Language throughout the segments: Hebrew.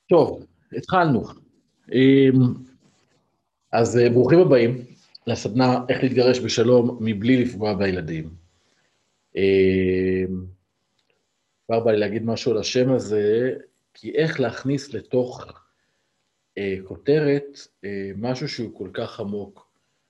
טוב, התחלנו. אמ, אז ברוכים הבאים לסדנה איך להתגרש בשלום מבלי לפגוע בילדים. אמ, כבר בא לי להגיד משהו על השם הזה, כי איך להכניס לתוך כותרת משהו שהוא כל כך עמוק,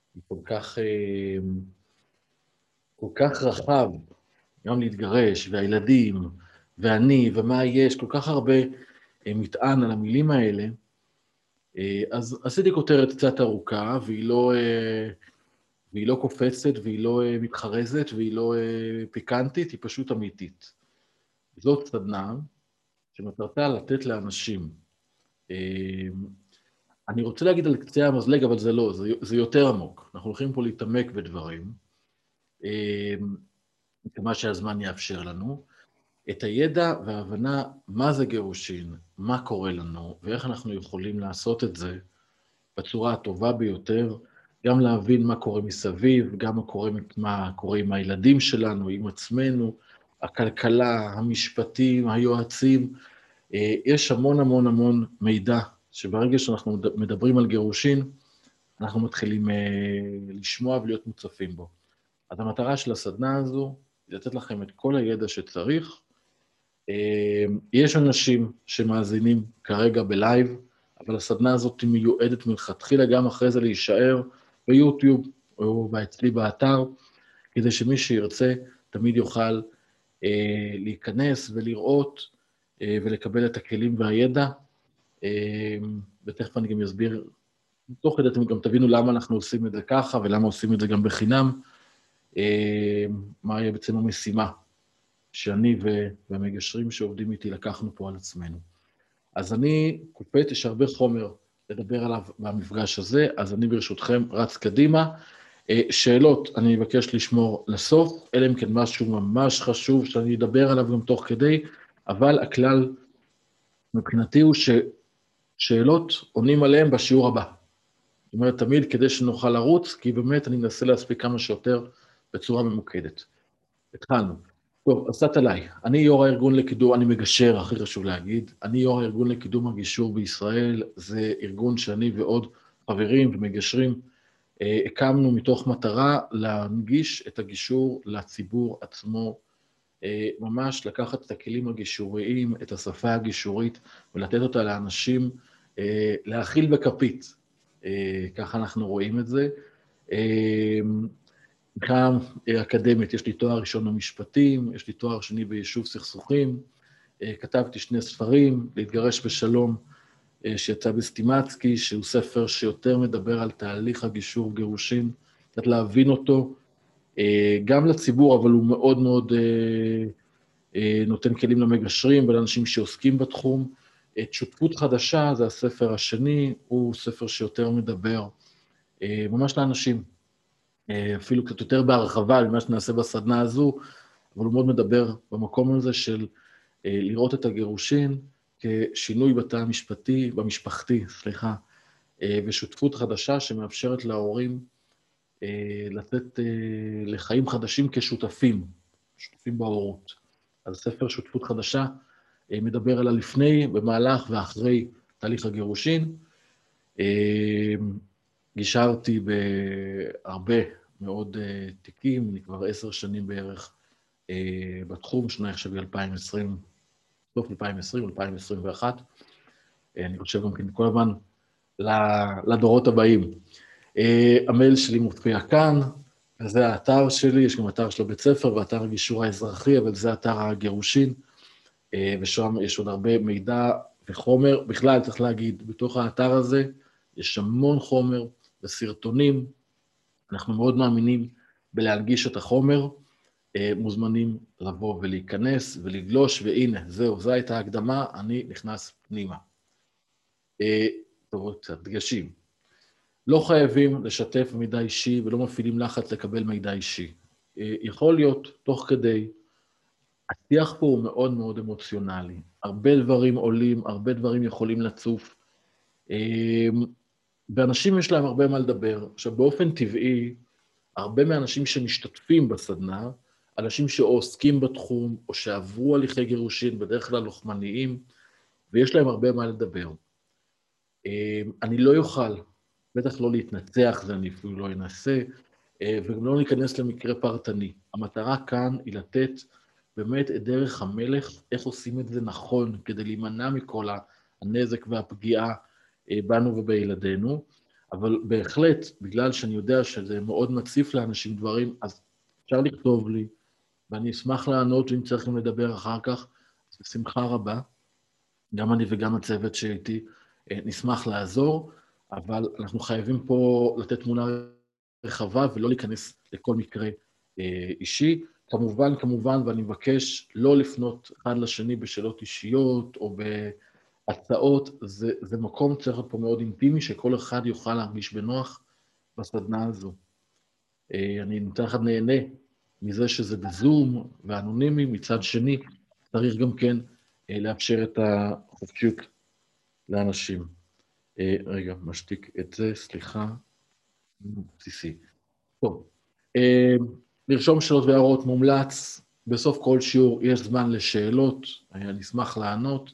כל כך רחב, גם להתגרש, והילדים, ואני, ומה יש, כל כך הרבה מטען על המילים האלה. אז עשיתי כותרת קצת ארוכה, והיא לא קופצת, והיא לא מתחרזת, והיא לא פיקנטית, היא פשוט אמיתית. זאת סדנה שמטרתה לתת לאנשים. אני רוצה להגיד על קצה המזלג, אבל זה לא, זה יותר עמוק. אנחנו הולכים פה להתעמק בדברים, כמה שהזמן יאפשר לנו. את הידע וההבנה מה זה גירושין, מה קורה לנו, ואיך אנחנו יכולים לעשות את זה בצורה הטובה ביותר, גם להבין מה קורה מסביב, גם מה קורה עם הילדים שלנו, עם עצמנו, הכלכלה, המשפטים, היועצים. יש המון המון המון מידע, שברגע שאנחנו מדברים על גירושין, אנחנו מתחילים לשמוע ולהיות מוצפים בו. אז המטרה של הסדנה הזו, היא לתת לכם את כל הידע שצריך. יש אנשים שמאזינים כרגע בלייב, אבל הסדנה הזאת מיועדת מלכתחילה גם אחרי זה להישאר ביוטיוב או אצלי באתר, כדי שמי שירצה תמיד יוכל להיכנס ולראות ולקבל את הכלים והידע, ותכף אני גם אסביר, תוך כדי אתם גם תבינו למה אנחנו עושים את זה ככה ולמה עושים את זה גם בחינם, מה יהיה בעצם המשימה שאני והמגשרים שעובדים איתי לקחנו פה על עצמנו. אז אני קופט, יש הרבה חומר לדבר עליו במפגש הזה, אז אני ברשותכם רץ קדימה. שאלות אני מבקש לשמור לסוף, אלא אם כן משהו ממש חשוב שאני אדבר עליו גם תוך כדי, אבל הכלל מבחינתי הוא ששאלות עונים עליהן בשיעור הבא. זאת אומרת, תמיד כדי שנוכל לרוץ, כי באמת אני מנסה להספיק כמה שיותר בצורה ממוקדת. התחלנו. טוב, אז קצת עליי. אני יו"ר הארגון לקידום, אני מגשר, הכי חשוב להגיד. אני יו"ר הארגון לקידום הגישור בישראל, זה ארגון שאני ועוד חברים ומגשרים הקמנו מתוך מטרה להנגיש את הגישור לציבור עצמו, ממש לקחת את הכלים הגישוריים, את השפה הגישורית, ולתת אותה לאנשים, להאכיל בכפית. ככה אנחנו רואים את זה. גם אקדמית, יש לי תואר ראשון במשפטים, יש לי תואר שני ביישוב סכסוכים, כתבתי 2 ספרים, להתגרש בשלום, שיצא בסטימצקי, שהוא ספר שיותר מדבר על תהליך הגישור גירושין, קצת להבין אותו, גם לציבור, אבל הוא מאוד מאוד נותן כלים למגשרים ולאנשים שעוסקים בתחום. את שותפות חדשה, זה הספר השני, הוא ספר שיותר מדבר ממש לאנשים, אפילו קצת יותר בהרחבה ממה שנעשה בסדנה הזו, אבל הוא מאוד מדבר במקום הזה של לראות את הגירושין כשינוי בתא המשפחתי, ושותפות חדשה שמאפשרת להורים לתת לחיים חדשים כשותפים, שותפים בהורות. אז ספר שותפות חדשה מדבר על הלפני, במהלך ואחרי תהליך הגירושין. גישרתי בהרבה מאוד תיקים, אני כבר 10 שנים בערך בתחום, שנה עכשיו ב-2020, סוף 2020, 2021. אני חושב גם כן כל הזמן לדורות הבאים. המייל שלי מופיע כאן, וזה האתר שלי, יש גם אתר של בית ספר ואתר הגישור האזרחי, אבל זה אתר הגירושין, ושם יש עוד הרבה מידע וחומר. בכלל צריך להגיד, בתוך האתר הזה יש המון חומר וסרטונים, אנחנו מאוד מאמינים בלהנגיש את החומר, מוזמנים לבוא ולהיכנס ולגלוש, והנה, זהו, זו הייתה ההקדמה, אני נכנס פנימה. טוב, קצת דגשים. לא חייבים לשתף מידע אישי ולא מפעילים לחץ לקבל מידע אישי. יכול להיות תוך כדי, השיח פה הוא מאוד מאוד אמוציונלי, הרבה דברים עולים, הרבה דברים יכולים לצוף, ואנשים יש להם הרבה מה לדבר. עכשיו, באופן טבעי, הרבה מהאנשים שמשתתפים בסדנה, אנשים שעוסקים בתחום או שעברו הליכי גירושין, בדרך כלל לוחמניים, ויש להם הרבה מה לדבר. אני לא יוכל, בטח לא להתנצח, זה אני אפילו לא אנסה, וגם לא ניכנס למקרה פרטני. המטרה כאן היא לתת באמת את דרך המלך, איך עושים את זה נכון, כדי להימנע מכל הנזק והפגיעה בנו ובילדינו, אבל בהחלט, בגלל שאני יודע שזה מאוד מציף לאנשים דברים, אז אפשר לכתוב לי, ואני אשמח לענות, ואם צריך גם לדבר אחר כך, אז בשמחה רבה. גם אני וגם הצוות שאיתי נשמח לעזור, אבל אנחנו חייבים פה לתת תמונה רחבה ולא להיכנס לכל מקרה אישי. כמובן, ואני מבקש לא לפנות אחד לשני בשאלות אישיות או בהצעות, זה מקום צריך להיות פה מאוד אינטימי, שכל אחד יוכל להרגיש בנוח בסדנה הזו. אני מצד אחד נהנה מזה שזה בזום ואנונימי, מצד שני צריך גם כן לאפשר את החופשיות לאנשים. רגע, משתיק את זה, סליחה, בסיסי. טוב, לרשום שאלות והערות מומלץ, בסוף כל שיעור יש זמן לשאלות, אני אשמח לענות.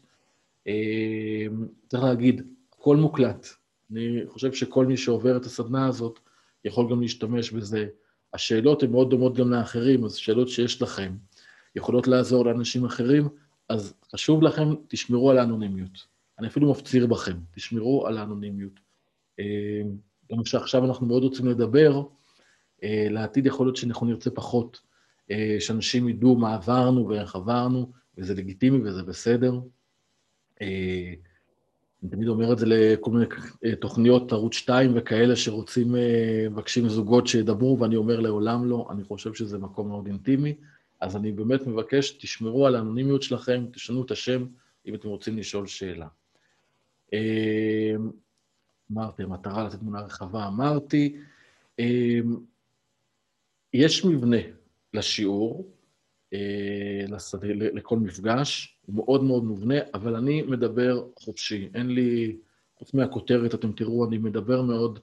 צריך להגיד, הכל מוקלט. אני חושב שכל מי שעובר את הסדנה הזאת יכול גם להשתמש בזה. השאלות הן מאוד דומות גם לאחרים, אז שאלות שיש לכם יכולות לעזור לאנשים אחרים, אז חשוב לכם, תשמרו על האנונימיות. אני אפילו מפציר בכם, תשמרו על האנונימיות. גם שעכשיו אנחנו מאוד רוצים לדבר, לעתיד יכול להיות שאנחנו נרצה פחות, שאנשים ידעו מה עברנו ואיך עברנו, וזה לגיטימי וזה בסדר. אני תמיד אומר את זה לכל מיני תוכניות ערוץ 2 וכאלה שרוצים, מבקשים זוגות שידברו, ואני אומר לעולם לא, אני חושב שזה מקום מאוד אינטימי, אז אני באמת מבקש, תשמרו על האנונימיות שלכם, תשנו את השם, אם אתם רוצים לשאול שאלה. אמרתי, המטרה לתת תמונה רחבה, אמרתי, יש מבנה לשיעור, לכל מפגש, הוא מאוד מאוד מובנה, אבל אני מדבר חופשי, אין לי, חוץ מהכותרת, אתם תראו, אני מדבר מאוד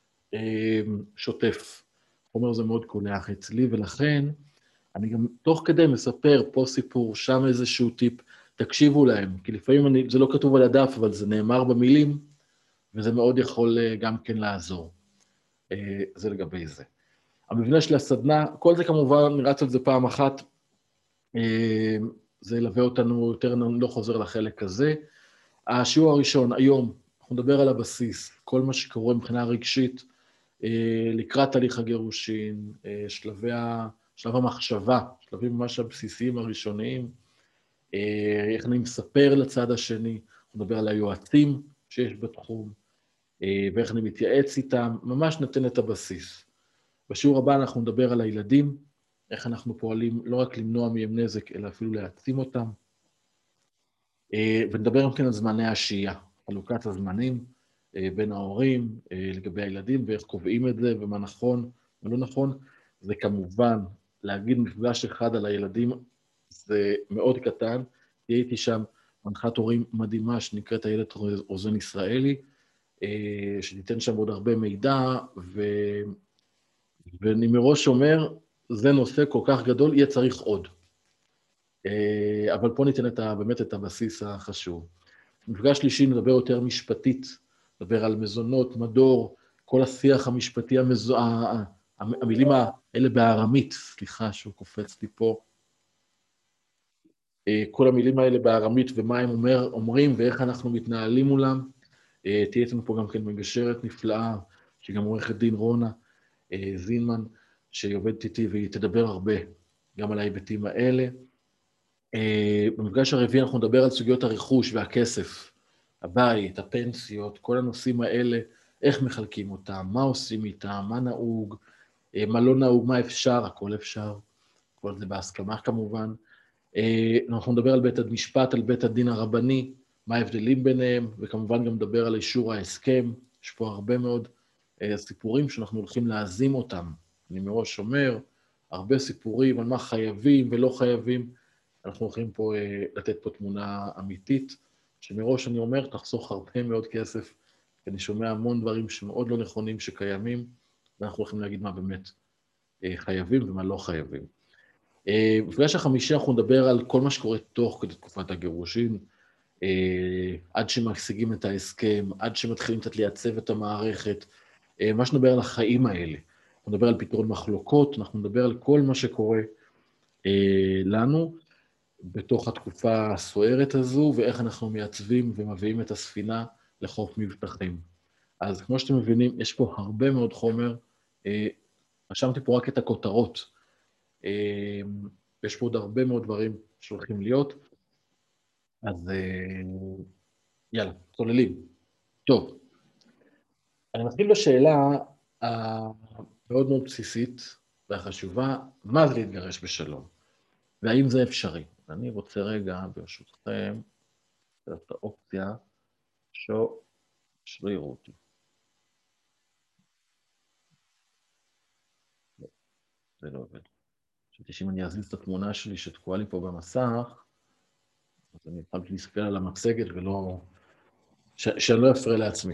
שוטף, חומר זה מאוד קולח אצלי, ולכן אני גם תוך כדי מספר פה סיפור, שם איזשהו טיפ, תקשיבו להם, כי לפעמים זה לא כתוב על הדף, אבל זה נאמר במילים, וזה מאוד יכול גם כן לעזור. זה לגבי זה. המבנה של הסדנה, כל זה כמובן, נרץ על זה פעם אחת, זה ילווה אותנו יותר, אני לא חוזר לחלק הזה. השיעור הראשון, היום, אנחנו נדבר על הבסיס, כל מה שקורה מבחינה רגשית, לקראת תהליך הגירושין, שלב המחשבה, שלבים ממש הבסיסיים הראשוניים, איך אני מספר לצד השני, אנחנו נדבר על היועצים שיש בתחום, ואיך אני מתייעץ איתם, ממש נתן את הבסיס. בשיעור הבא אנחנו נדבר על הילדים, איך אנחנו פועלים לא רק למנוע מהם נזק, אלא אפילו להעצים אותם. ונדבר גם כן על זמני השהייה, חלוקת הזמנים בין ההורים, לגבי הילדים, ואיך קובעים את זה, ומה נכון ולא נכון. זה כמובן, להגיד מפגש אחד על הילדים, זה מאוד קטן. הייתי שם מנחת הורים מדהימה, שנקראת איילת רוזן ישראלי, שתיתן שם עוד הרבה מידע, ואני מראש אומר, זה נושא כל כך גדול, יהיה צריך עוד. אבל פה ניתן באמת את הבסיס החשוב. מפגש שלישי נדבר יותר משפטית, נדבר על מזונות, מדור, כל השיח המשפטי, המילים האלה בארמית, סליחה שהוא קופץ לי פה, כל המילים האלה בארמית ומה הם אומרים ואיך אנחנו מתנהלים מולם. תהיה אצלנו פה גם כן מגשרת נפלאה, שגם עורכת דין רונה זינמן, שהיא עובדת איתי והיא תדבר הרבה גם על ההיבטים האלה. במפגש הרביעי אנחנו נדבר על סוגיות הרכוש והכסף, הבית, הפנסיות, כל הנושאים האלה, איך מחלקים אותם, מה עושים איתם, מה נהוג, מה לא נהוג, מה אפשר, הכל אפשר, כל זה בהסכמה כמובן. אנחנו נדבר על בית המשפט, על בית הדין הרבני, מה ההבדלים ביניהם, וכמובן גם נדבר על אישור ההסכם, יש פה הרבה מאוד סיפורים שאנחנו הולכים להזים אותם, אני מראש אומר, הרבה סיפורים על מה חייבים ולא חייבים, אנחנו הולכים פה לתת פה תמונה אמיתית, שמראש אני אומר, תחסוך הרבה מאוד כסף, כי אני שומע המון דברים שמאוד לא נכונים שקיימים, ואנחנו הולכים להגיד מה באמת חייבים ומה לא חייבים. במפגש החמישי אנחנו נדבר על כל מה שקורה תוך כדי תקופת הגירושין, עד שמשיגים את ההסכם, עד שמתחילים קצת לייצב את המערכת, מה שנדבר על החיים האלה. אנחנו נדבר על פתרון מחלוקות, אנחנו נדבר על כל מה שקורה לנו בתוך התקופה הסוערת הזו, ואיך אנחנו מייצבים ומביאים את הספינה לחוף מבטחים. אז כמו שאתם מבינים, יש פה הרבה מאוד חומר, רשמתי פה רק את הכותרות, יש פה עוד הרבה מאוד דברים שהולכים להיות, אז יאללה, צוללים. טוב, אני מתחיל בשאלה המאוד מאוד בסיסית והחשובה, מה זה להתגרש בשלום? והאם זה אפשרי? אני רוצה רגע, ברשותכם, את האופציה שלא יראו אותי. זה לא עובד. חשבתי שאם אני אזיז את התמונה שלי שתקועה לי פה במסך, אז אני התחלתי להסתכל על המצגת ולא... שאני לא אפריע לעצמי.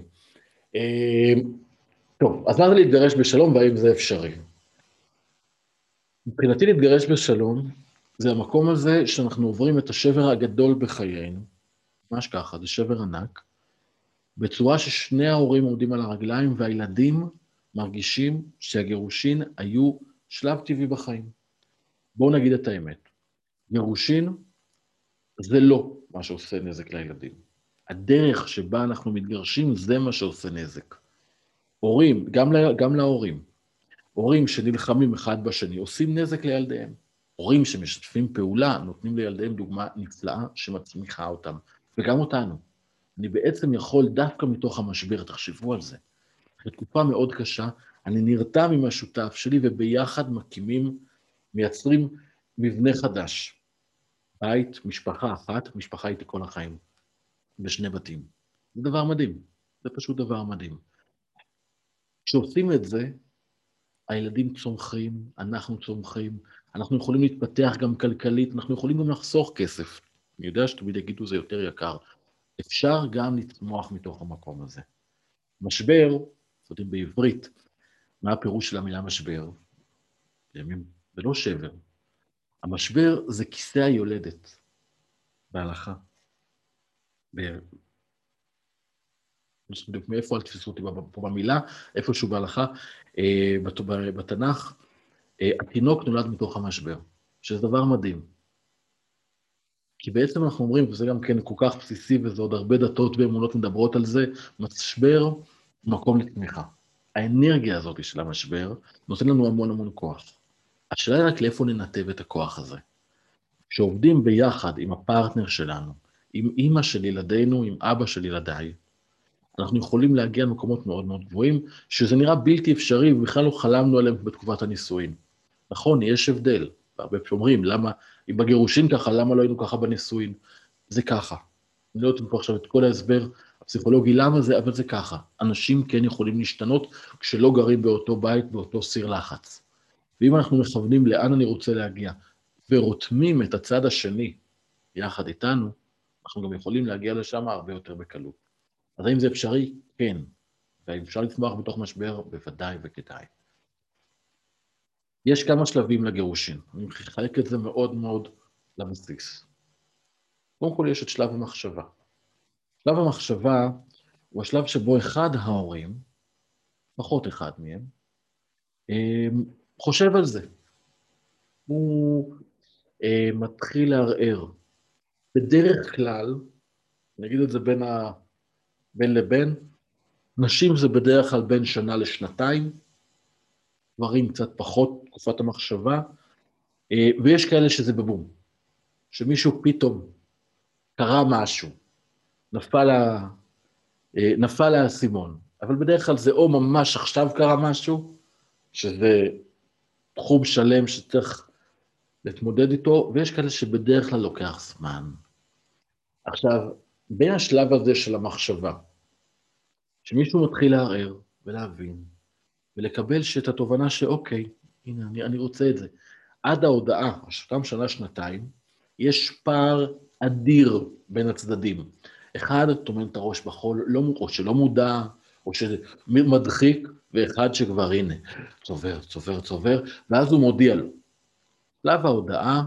טוב, אז מה זה להתגרש בשלום והאם זה אפשרי? מבחינתי להתגרש בשלום, זה המקום הזה שאנחנו עוברים את השבר הגדול בחיינו, ממש ככה, זה שבר ענק, בצורה ששני ההורים עומדים על הרגליים והילדים מרגישים שהגירושין היו שלב טבעי בחיים. בואו נגיד את האמת, גירושין זה לא מה שעושה נזק לילדים. הדרך שבה אנחנו מתגרשים זה מה שעושה נזק. הורים, גם להורים, הורים שנלחמים אחד בשני עושים נזק לילדיהם. הורים שמשתפים פעולה נותנים לילדיהם דוגמה נפלאה שמצמיחה אותם, וגם אותנו. אני בעצם יכול דווקא מתוך המשבר, תחשבו על זה. בתקופה מאוד קשה, אני נרתם עם השותף שלי וביחד מייצרים מבנה חדש. בית, משפחה אחת, משפחה איתי כל החיים. בשני בתים. זה דבר מדהים. זה פשוט דבר מדהים. כשעושים את זה, הילדים צומחים, אנחנו צומחים, אנחנו יכולים להתפתח גם כלכלית, אנחנו יכולים גם לחסוך כסף. אני יודע שתמיד יגידו זה יותר יקר. אפשר גם לצמוח מתוך המקום הזה. משבר, יודעים בעברית, מה הפירוש של המילה משבר? זה לא שבר. המשבר זה כיסא היולדת, בהלכה. לא יודע מאיפה אל תפסו אותי פה במילה, איפשהו בהלכה, בתנ"ך, התינוק נולד מתוך המשבר, שזה דבר מדהים. כי בעצם אנחנו אומרים, וזה גם כן כל כך בסיסי, וזה עוד הרבה דתות ואמונות מדברות על זה, משבר הוא מקום לתמיכה. האנרגיה הזאת של המשבר נותן לנו המון המון כוח. השאלה היא רק לאיפה ננתב את הכוח הזה. כשעובדים ביחד עם הפרטנר שלנו, עם אמא של ילדינו, עם אבא של ילדיי, אנחנו יכולים להגיע למקומות מאוד מאוד גבוהים, שזה נראה בלתי אפשרי, ובכלל לא חלמנו עליהם בתקופת הנישואין. נכון, יש הבדל. הרבה שאומרים, למה, אם בגירושין ככה, למה לא היינו ככה בנישואין? זה ככה. אני לא אתן פה עכשיו את כל ההסבר הפסיכולוגי למה זה, אבל זה ככה. אנשים כן יכולים להשתנות כשלא גרים באותו בית, באותו סיר לחץ. ואם אנחנו מכוונים לאן אני רוצה להגיע, ורותמים את הצד השני יחד איתנו, אנחנו גם יכולים להגיע לשם הרבה יותר בקלות. אז האם זה אפשרי? כן. והאם אפשר לצמוח בתוך משבר? בוודאי וכדאי. יש כמה שלבים לגירושין. אני מחלק את זה מאוד מאוד לבסיס. קודם כל יש את שלב המחשבה. שלב המחשבה הוא השלב שבו אחד ההורים, פחות אחד מהם, חושב על זה. הוא מתחיל לערער. בדרך כלל, נגיד את זה בין לבין, נשים זה בדרך כלל בין שנה לשנתיים, דברים קצת פחות, תקופת המחשבה, ויש כאלה שזה בבום, שמישהו פתאום קרה משהו, נפל האסימון, אבל בדרך כלל זה או ממש עכשיו קרה משהו, שזה תחום שלם שצריך להתמודד איתו, ויש כאלה שבדרך כלל לוקח זמן. עכשיו, בין השלב הזה של המחשבה, שמישהו מתחיל לערער ולהבין, ולקבל שאת התובנה שאוקיי, הנה, אני רוצה את זה. עד ההודעה, אותם שנה, שנתיים, יש פער אדיר בין הצדדים. אחד טומן את הראש בחול, או שלא מודע, או שמדחיק, ואחד שכבר הנה, צובר, ואז הוא מודיע לו. שלב ההודעה,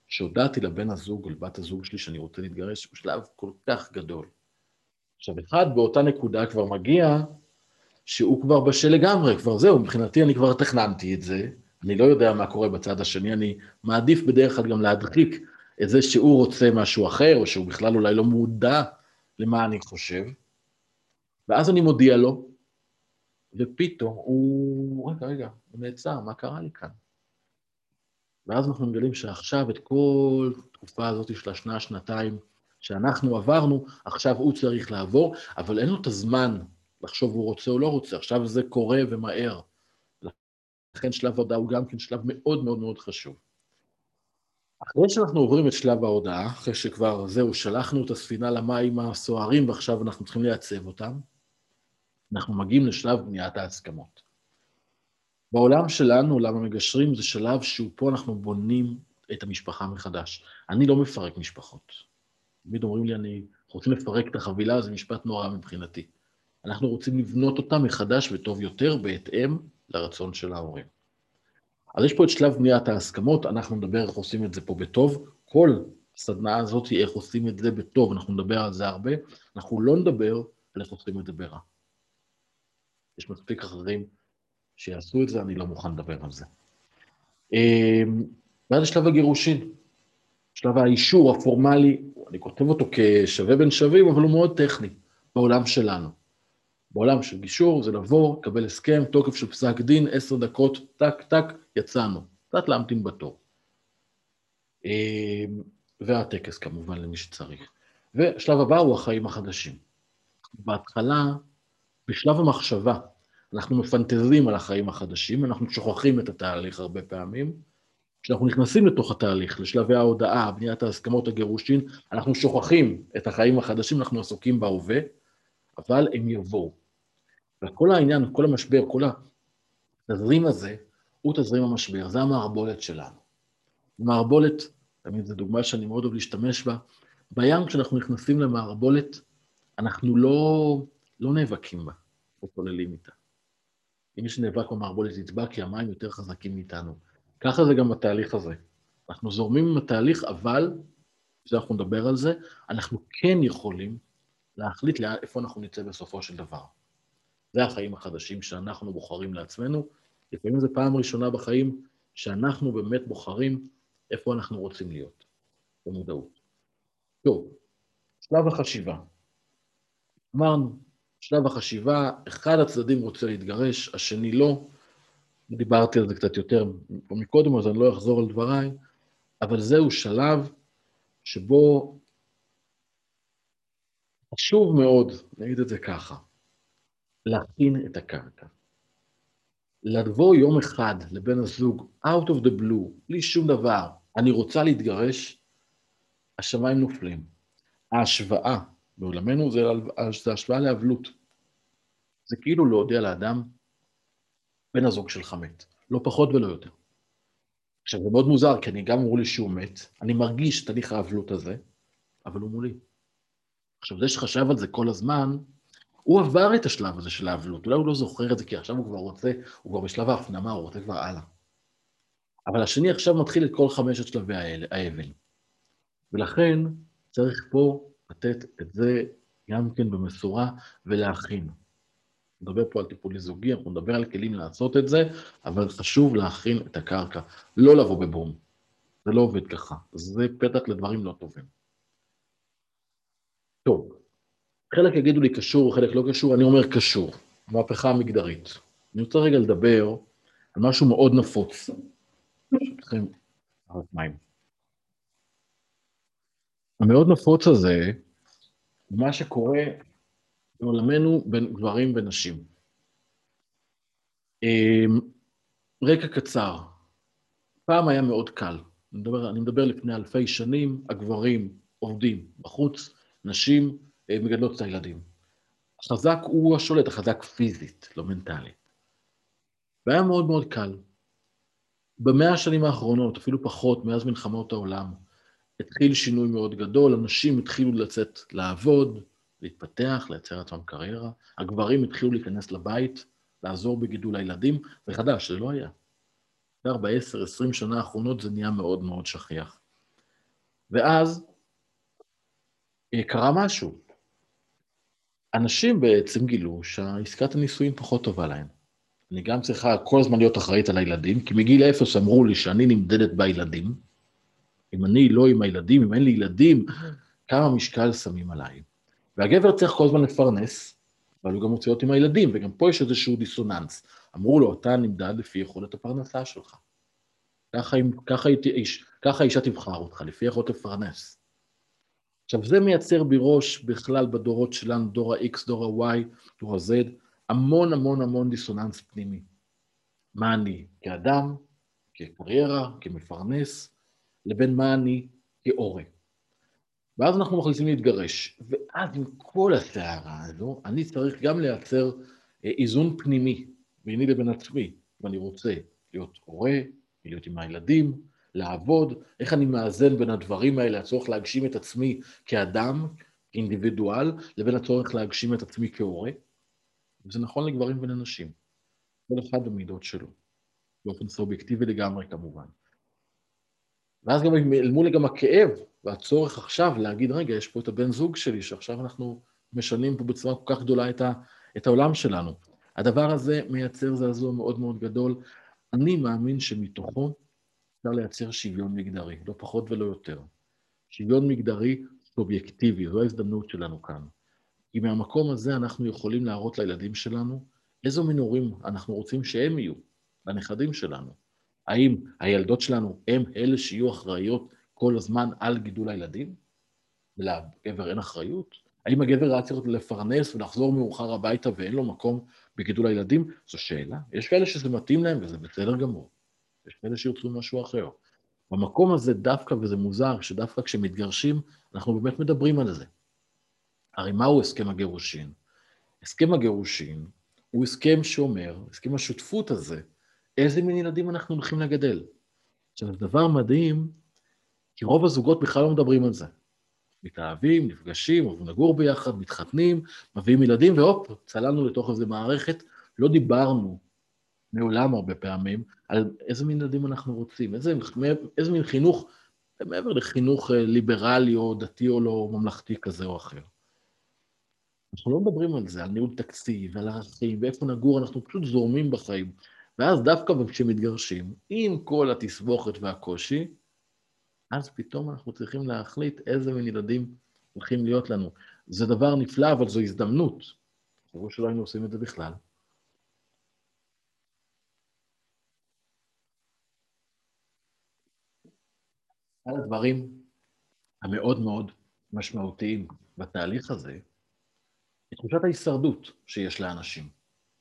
שהודעתי לבן הזוג או לבת הזוג שלי שאני רוצה להתגרש, הוא שלב כל כך גדול. עכשיו, אחד באותה נקודה כבר מגיע, שהוא כבר בשל לגמרי, כבר זהו, מבחינתי אני כבר תכננתי את זה, אני לא יודע מה קורה בצד השני, אני מעדיף בדרך כלל גם להדחיק את זה שהוא רוצה משהו אחר, או שהוא בכלל אולי לא מודע למה אני חושב, ואז אני מודיע לו, ופתאום הוא, רגע, הוא נעצר, מה קרה לי כאן? ואז אנחנו מגלים שעכשיו את כל תקופה הזאת של השנה, שנתיים, שאנחנו עברנו, עכשיו הוא צריך לעבור, אבל אין לו את הזמן לחשוב הוא רוצה או לא רוצה, עכשיו זה קורה ומהר. לכן שלב ההודעה הוא גם כן שלב מאוד מאוד מאוד חשוב. אחרי שאנחנו עוברים את שלב ההודעה, אחרי שכבר זהו, שלחנו את הספינה למים הסוערים, ועכשיו אנחנו צריכים לייצב אותם, אנחנו מגיעים לשלב בניית ההסכמות. בעולם שלנו, עולם המגשרים, זה שלב שהוא פה אנחנו בונים את המשפחה מחדש. אני לא מפרק משפחות. תמיד אומרים לי, אנחנו רוצים לפרק את החבילה, זה משפט נורא מבחינתי. אנחנו רוצים לבנות אותה מחדש וטוב יותר, בהתאם לרצון של ההורים. אז יש פה את שלב בניית ההסכמות, אנחנו נדבר איך עושים את זה פה בטוב. כל הסדנה הזאת היא איך עושים את זה בטוב, אנחנו נדבר על זה הרבה, אנחנו לא נדבר על איך עושים את זה ברע. יש מספיק אחרים שיעשו את זה, אני לא מוכן לדבר על זה. ואז שלב הגירושין, שלב האישור הפורמלי, אני כותב אותו כשווה בין שווים, אבל הוא מאוד טכני בעולם שלנו. בעולם של גישור זה לבוא, לקבל הסכם, תוקף של פסק דין, 10 דקות, טק, טק, יצאנו. קצת להמתין בתור. והטקס כמובן למי שצריך. ושלב הבא הוא החיים החדשים. בהתחלה, בשלב המחשבה, אנחנו מפנטזים על החיים החדשים, אנחנו שוכחים את התהליך הרבה פעמים. כשאנחנו נכנסים לתוך התהליך, לשלבי ההודעה, בניית ההסכמות, הגירושין, אנחנו שוכחים את החיים החדשים, אנחנו עסוקים בהווה, אבל הם יבואו. וכל העניין, כל המשבר, כל התזרים הזה, הוא תזרים המשבר, זה המערבולת שלנו. מערבולת, תמיד זו דוגמה שאני מאוד אוהב להשתמש בה, בים כשאנחנו נכנסים למערבולת, אנחנו לא נאבקים בה, או כוללים איתה. אם מי שנאבק במערבולת יטבע, כי המים יותר חזקים מאיתנו. ככה זה גם בתהליך הזה. אנחנו זורמים עם התהליך, אבל, כשאנחנו נדבר על זה, אנחנו כן יכולים להחליט איפה אנחנו נצא בסופו של דבר. זה החיים החדשים שאנחנו בוחרים לעצמנו. לפעמים זו פעם ראשונה בחיים שאנחנו באמת בוחרים איפה אנחנו רוצים להיות, במודעות. טוב, שלב החשיבה. אמרנו, שלב החשיבה, אחד הצדדים רוצה להתגרש, השני לא. דיברתי על זה קצת יותר מקודם, אז אני לא אחזור על דבריי, אבל זהו שלב שבו חשוב מאוד, נגיד את זה ככה, להכין את הקרקע. לבוא יום אחד לבן הזוג, out of the blue, בלי שום דבר, אני רוצה להתגרש, השמיים נופלים. ההשוואה בעולמנו זה השוואה להבלות. זה כאילו להודיע לאדם, בן הזוג שלך מת, לא פחות ולא יותר. עכשיו, זה מאוד מוזר, כי אני גם אמרו לי שהוא מת, אני מרגיש את תהליך ההבלות הזה, אבל הוא מולי. עכשיו, זה שחשב על זה כל הזמן, הוא עבר את השלב הזה של ההבלות, אולי הוא לא זוכר את זה, כי עכשיו הוא כבר רוצה, הוא כבר בשלב ההפנמה, הוא רוצה כבר הלאה. אבל השני עכשיו מתחיל את כל 5 שלבי האבל. ולכן צריך פה לתת את זה גם כן במסורה ולהכין. נדבר פה על טיפולי זוגי, אנחנו נדבר על כלים לעשות את זה, אבל חשוב להכין את הקרקע, לא לבוא בבום. זה לא עובד ככה, זה פתח לדברים לא טובים. טוב, חלק יגידו לי קשור, חלק לא קשור, אני אומר קשור, מהפכה המגדרית. אני רוצה רגע לדבר על משהו מאוד נפוץ. ברשותכם, מים. המאוד נפוץ הזה, מה שקורה בעולמנו בין גברים ונשים. רקע קצר. פעם היה מאוד קל. אני מדבר לפני אלפי שנים, הגברים עובדים בחוץ, נשים מגדלות את הילדים. החזק הוא השולט, החזק פיזית, לא מנטלית. והיה מאוד מאוד קל. במאה השנים האחרונות, אפילו פחות, מאז מלחמות העולם, התחיל שינוי מאוד גדול, אנשים התחילו לצאת לעבוד, להתפתח, לייצר עצמם קריירה, הגברים התחילו להיכנס לבית, לעזור בגידול הילדים, זה חדש, זה לא היה. ב-10, 20 שנה האחרונות זה נהיה מאוד מאוד שכיח. ואז קרה משהו. אנשים בעצם גילו שהעסקת הנישואין פחות טובה להם. אני גם צריכה כל הזמן להיות אחראית על הילדים, כי מגיל 0 אמרו לי שאני נמדדת בילדים. אם אני לא עם הילדים, אם אין לי ילדים, כמה משקל שמים עליי. והגבר צריך כל הזמן לפרנס, אבל הוא גם רוצה להיות עם הילדים, וגם פה יש איזשהו דיסוננס. אמרו לו, אתה נמדד לפי יכולת הפרנסה שלך. ככה האישה תבחר אותך, לפי יכולת לפרנס. עכשיו, זה מייצר בראש בכלל בדורות שלנו, דור ה-X, דור ה-Y, דור ה-Z, המון המון המון דיסוננס פנימי. מה אני כאדם, כקריירה, כמפרנס, לבין מה אני כהורה. ואז אנחנו מחליטים להתגרש, ואז עם כל הסערה הזו, אני צריך גם לייצר איזון פנימי, ביני לבין עצמי, ואני רוצה להיות הורה, להיות עם הילדים, לעבוד, איך אני מאזן בין הדברים האלה, הצורך להגשים את עצמי כאדם, כאינדיבידואל, לבין הצורך להגשים את עצמי כהורה, וזה נכון לגברים ולנשים, כל אחד במידות שלו, באופן סובייקטיבי לגמרי כמובן. ואז גם אל מול גם הכאב והצורך עכשיו להגיד, רגע, יש פה את הבן זוג שלי, שעכשיו אנחנו משנים פה בצורה כל כך גדולה את העולם שלנו. הדבר הזה מייצר זעזוע מאוד מאוד גדול. אני מאמין שמתוכו אפשר לייצר שוויון מגדרי, לא פחות ולא יותר. שוויון מגדרי סובייקטיבי, זו ההזדמנות שלנו כאן. כי מהמקום הזה אנחנו יכולים להראות לילדים שלנו איזו מין הורים אנחנו רוצים שהם יהיו, לנכדים שלנו. האם הילדות שלנו הם אלה שיהיו אחראיות כל הזמן על גידול הילדים? ולגבר אין אחריות? האם הגבר היה צריך לפרנס ולחזור מאוחר הביתה ואין לו מקום בגידול הילדים? זו שאלה. יש כאלה שזה מתאים להם וזה בסדר גמור. יש כאלה שירצו משהו אחר. במקום הזה דווקא, וזה מוזר, שדווקא כשמתגרשים, אנחנו באמת מדברים על זה. הרי מהו הסכם הגירושין? הסכם הגירושין הוא הסכם שאומר, הסכם השותפות הזה, איזה מין ילדים אנחנו הולכים לגדל. עכשיו, זה דבר מדהים, כי רוב הזוגות בכלל לא מדברים על זה. מתאהבים, נפגשים, עוברים לגור ביחד, מתחתנים, מביאים ילדים, והופ, צללנו לתוך איזו מערכת, לא דיברנו מעולם הרבה פעמים, על איזה מין ילדים אנחנו רוצים, איזה מין חינוך, מעבר לחינוך ליברלי או דתי או לא ממלכתי כזה או אחר. אנחנו לא מדברים על זה, על ניהול תקציב, על ערכים, ואיפה נגור, אנחנו פשוט זורמים בחיים. ואז דווקא כשמתגרשים, עם כל התסבוכת והקושי, אז פתאום אנחנו צריכים להחליט איזה מין ילדים הולכים להיות לנו. זה דבר נפלא, אבל זו הזדמנות. חשבו שלא היינו עושים את זה בכלל. אחד הדברים המאוד מאוד משמעותיים בתהליך הזה, היא תחושת ההישרדות שיש לאנשים.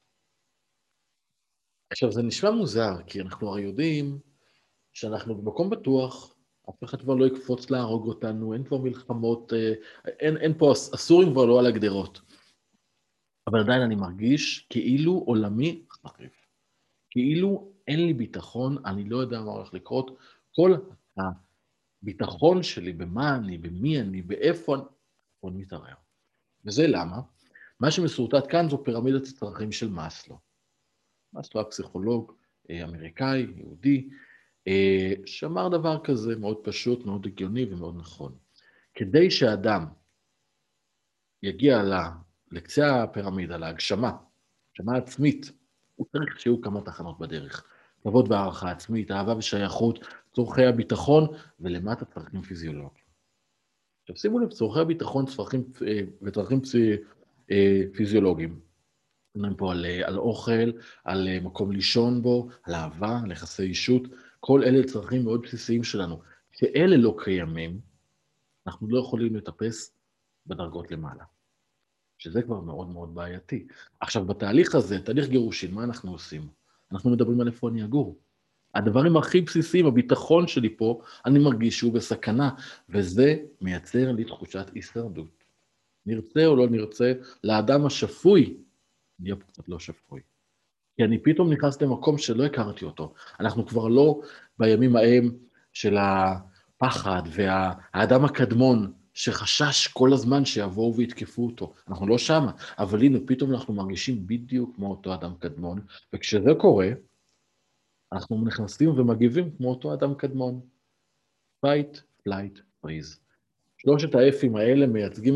עכשיו, זה נשמע מוזר, כי אנחנו הרי יודעים שאנחנו במקום בטוח, אף אחד כבר לא יקפוץ להרוג אותנו, אין כבר מלחמות, אין פה, הסורים כבר לא על הגדרות. אבל עדיין אני מרגיש כאילו עולמי חריף. כאילו אין לי ביטחון, אני לא יודע מה הולך לקרות, כל הביטחון שלי במה אני, במי אני, באיפה אני, עוד מתערער. וזה למה? מה שמסורטט כאן זו פירמידת הצרכים של מאסלו. מאסלו הפסיכולוג אמריקאי, יהודי, שאמר דבר כזה מאוד פשוט, מאוד הגיוני ומאוד נכון. כדי שאדם יגיע לקצה הפירמידה, להגשמה, הגשמה עצמית, הוא צריך שיהיו כמה תחנות בדרך. כבוד והערכה עצמית, אהבה ושייכות, צורכי הביטחון, ולמטה צרכים פיזיולוגיים. עכשיו שימו לב, צורכי הביטחון וצרכים פיזיולוגיים. מדברים פה על אוכל, על מקום לישון בו, על אהבה, על יחסי אישות, כל אלה צרכים מאוד בסיסיים שלנו. כשאלה לא קיימים, אנחנו לא יכולים לטפס בדרגות למעלה. שזה כבר מאוד מאוד בעייתי. עכשיו, בתהליך הזה, תהליך גירושין, מה אנחנו עושים? אנחנו מדברים על איפה אני אגור. הדברים הכי בסיסיים, הביטחון שלי פה, אני מרגיש שהוא בסכנה, וזה מייצר לי תחושת הישרדות. נרצה או לא נרצה, לאדם השפוי, נהיה פה קצת לא שפוי. כי אני פתאום נכנס למקום שלא הכרתי אותו. אנחנו כבר לא בימים ההם של הפחד והאדם הקדמון, שחשש כל הזמן שיבואו ויתקפו אותו. אנחנו לא שמה, אבל הנה, פתאום אנחנו מרגישים בדיוק כמו אותו אדם קדמון, וכשזה קורה, אנחנו נכנסים ומגיבים כמו אותו אדם קדמון. fight, flight, פריז. שלושת האפים האלה מייצגים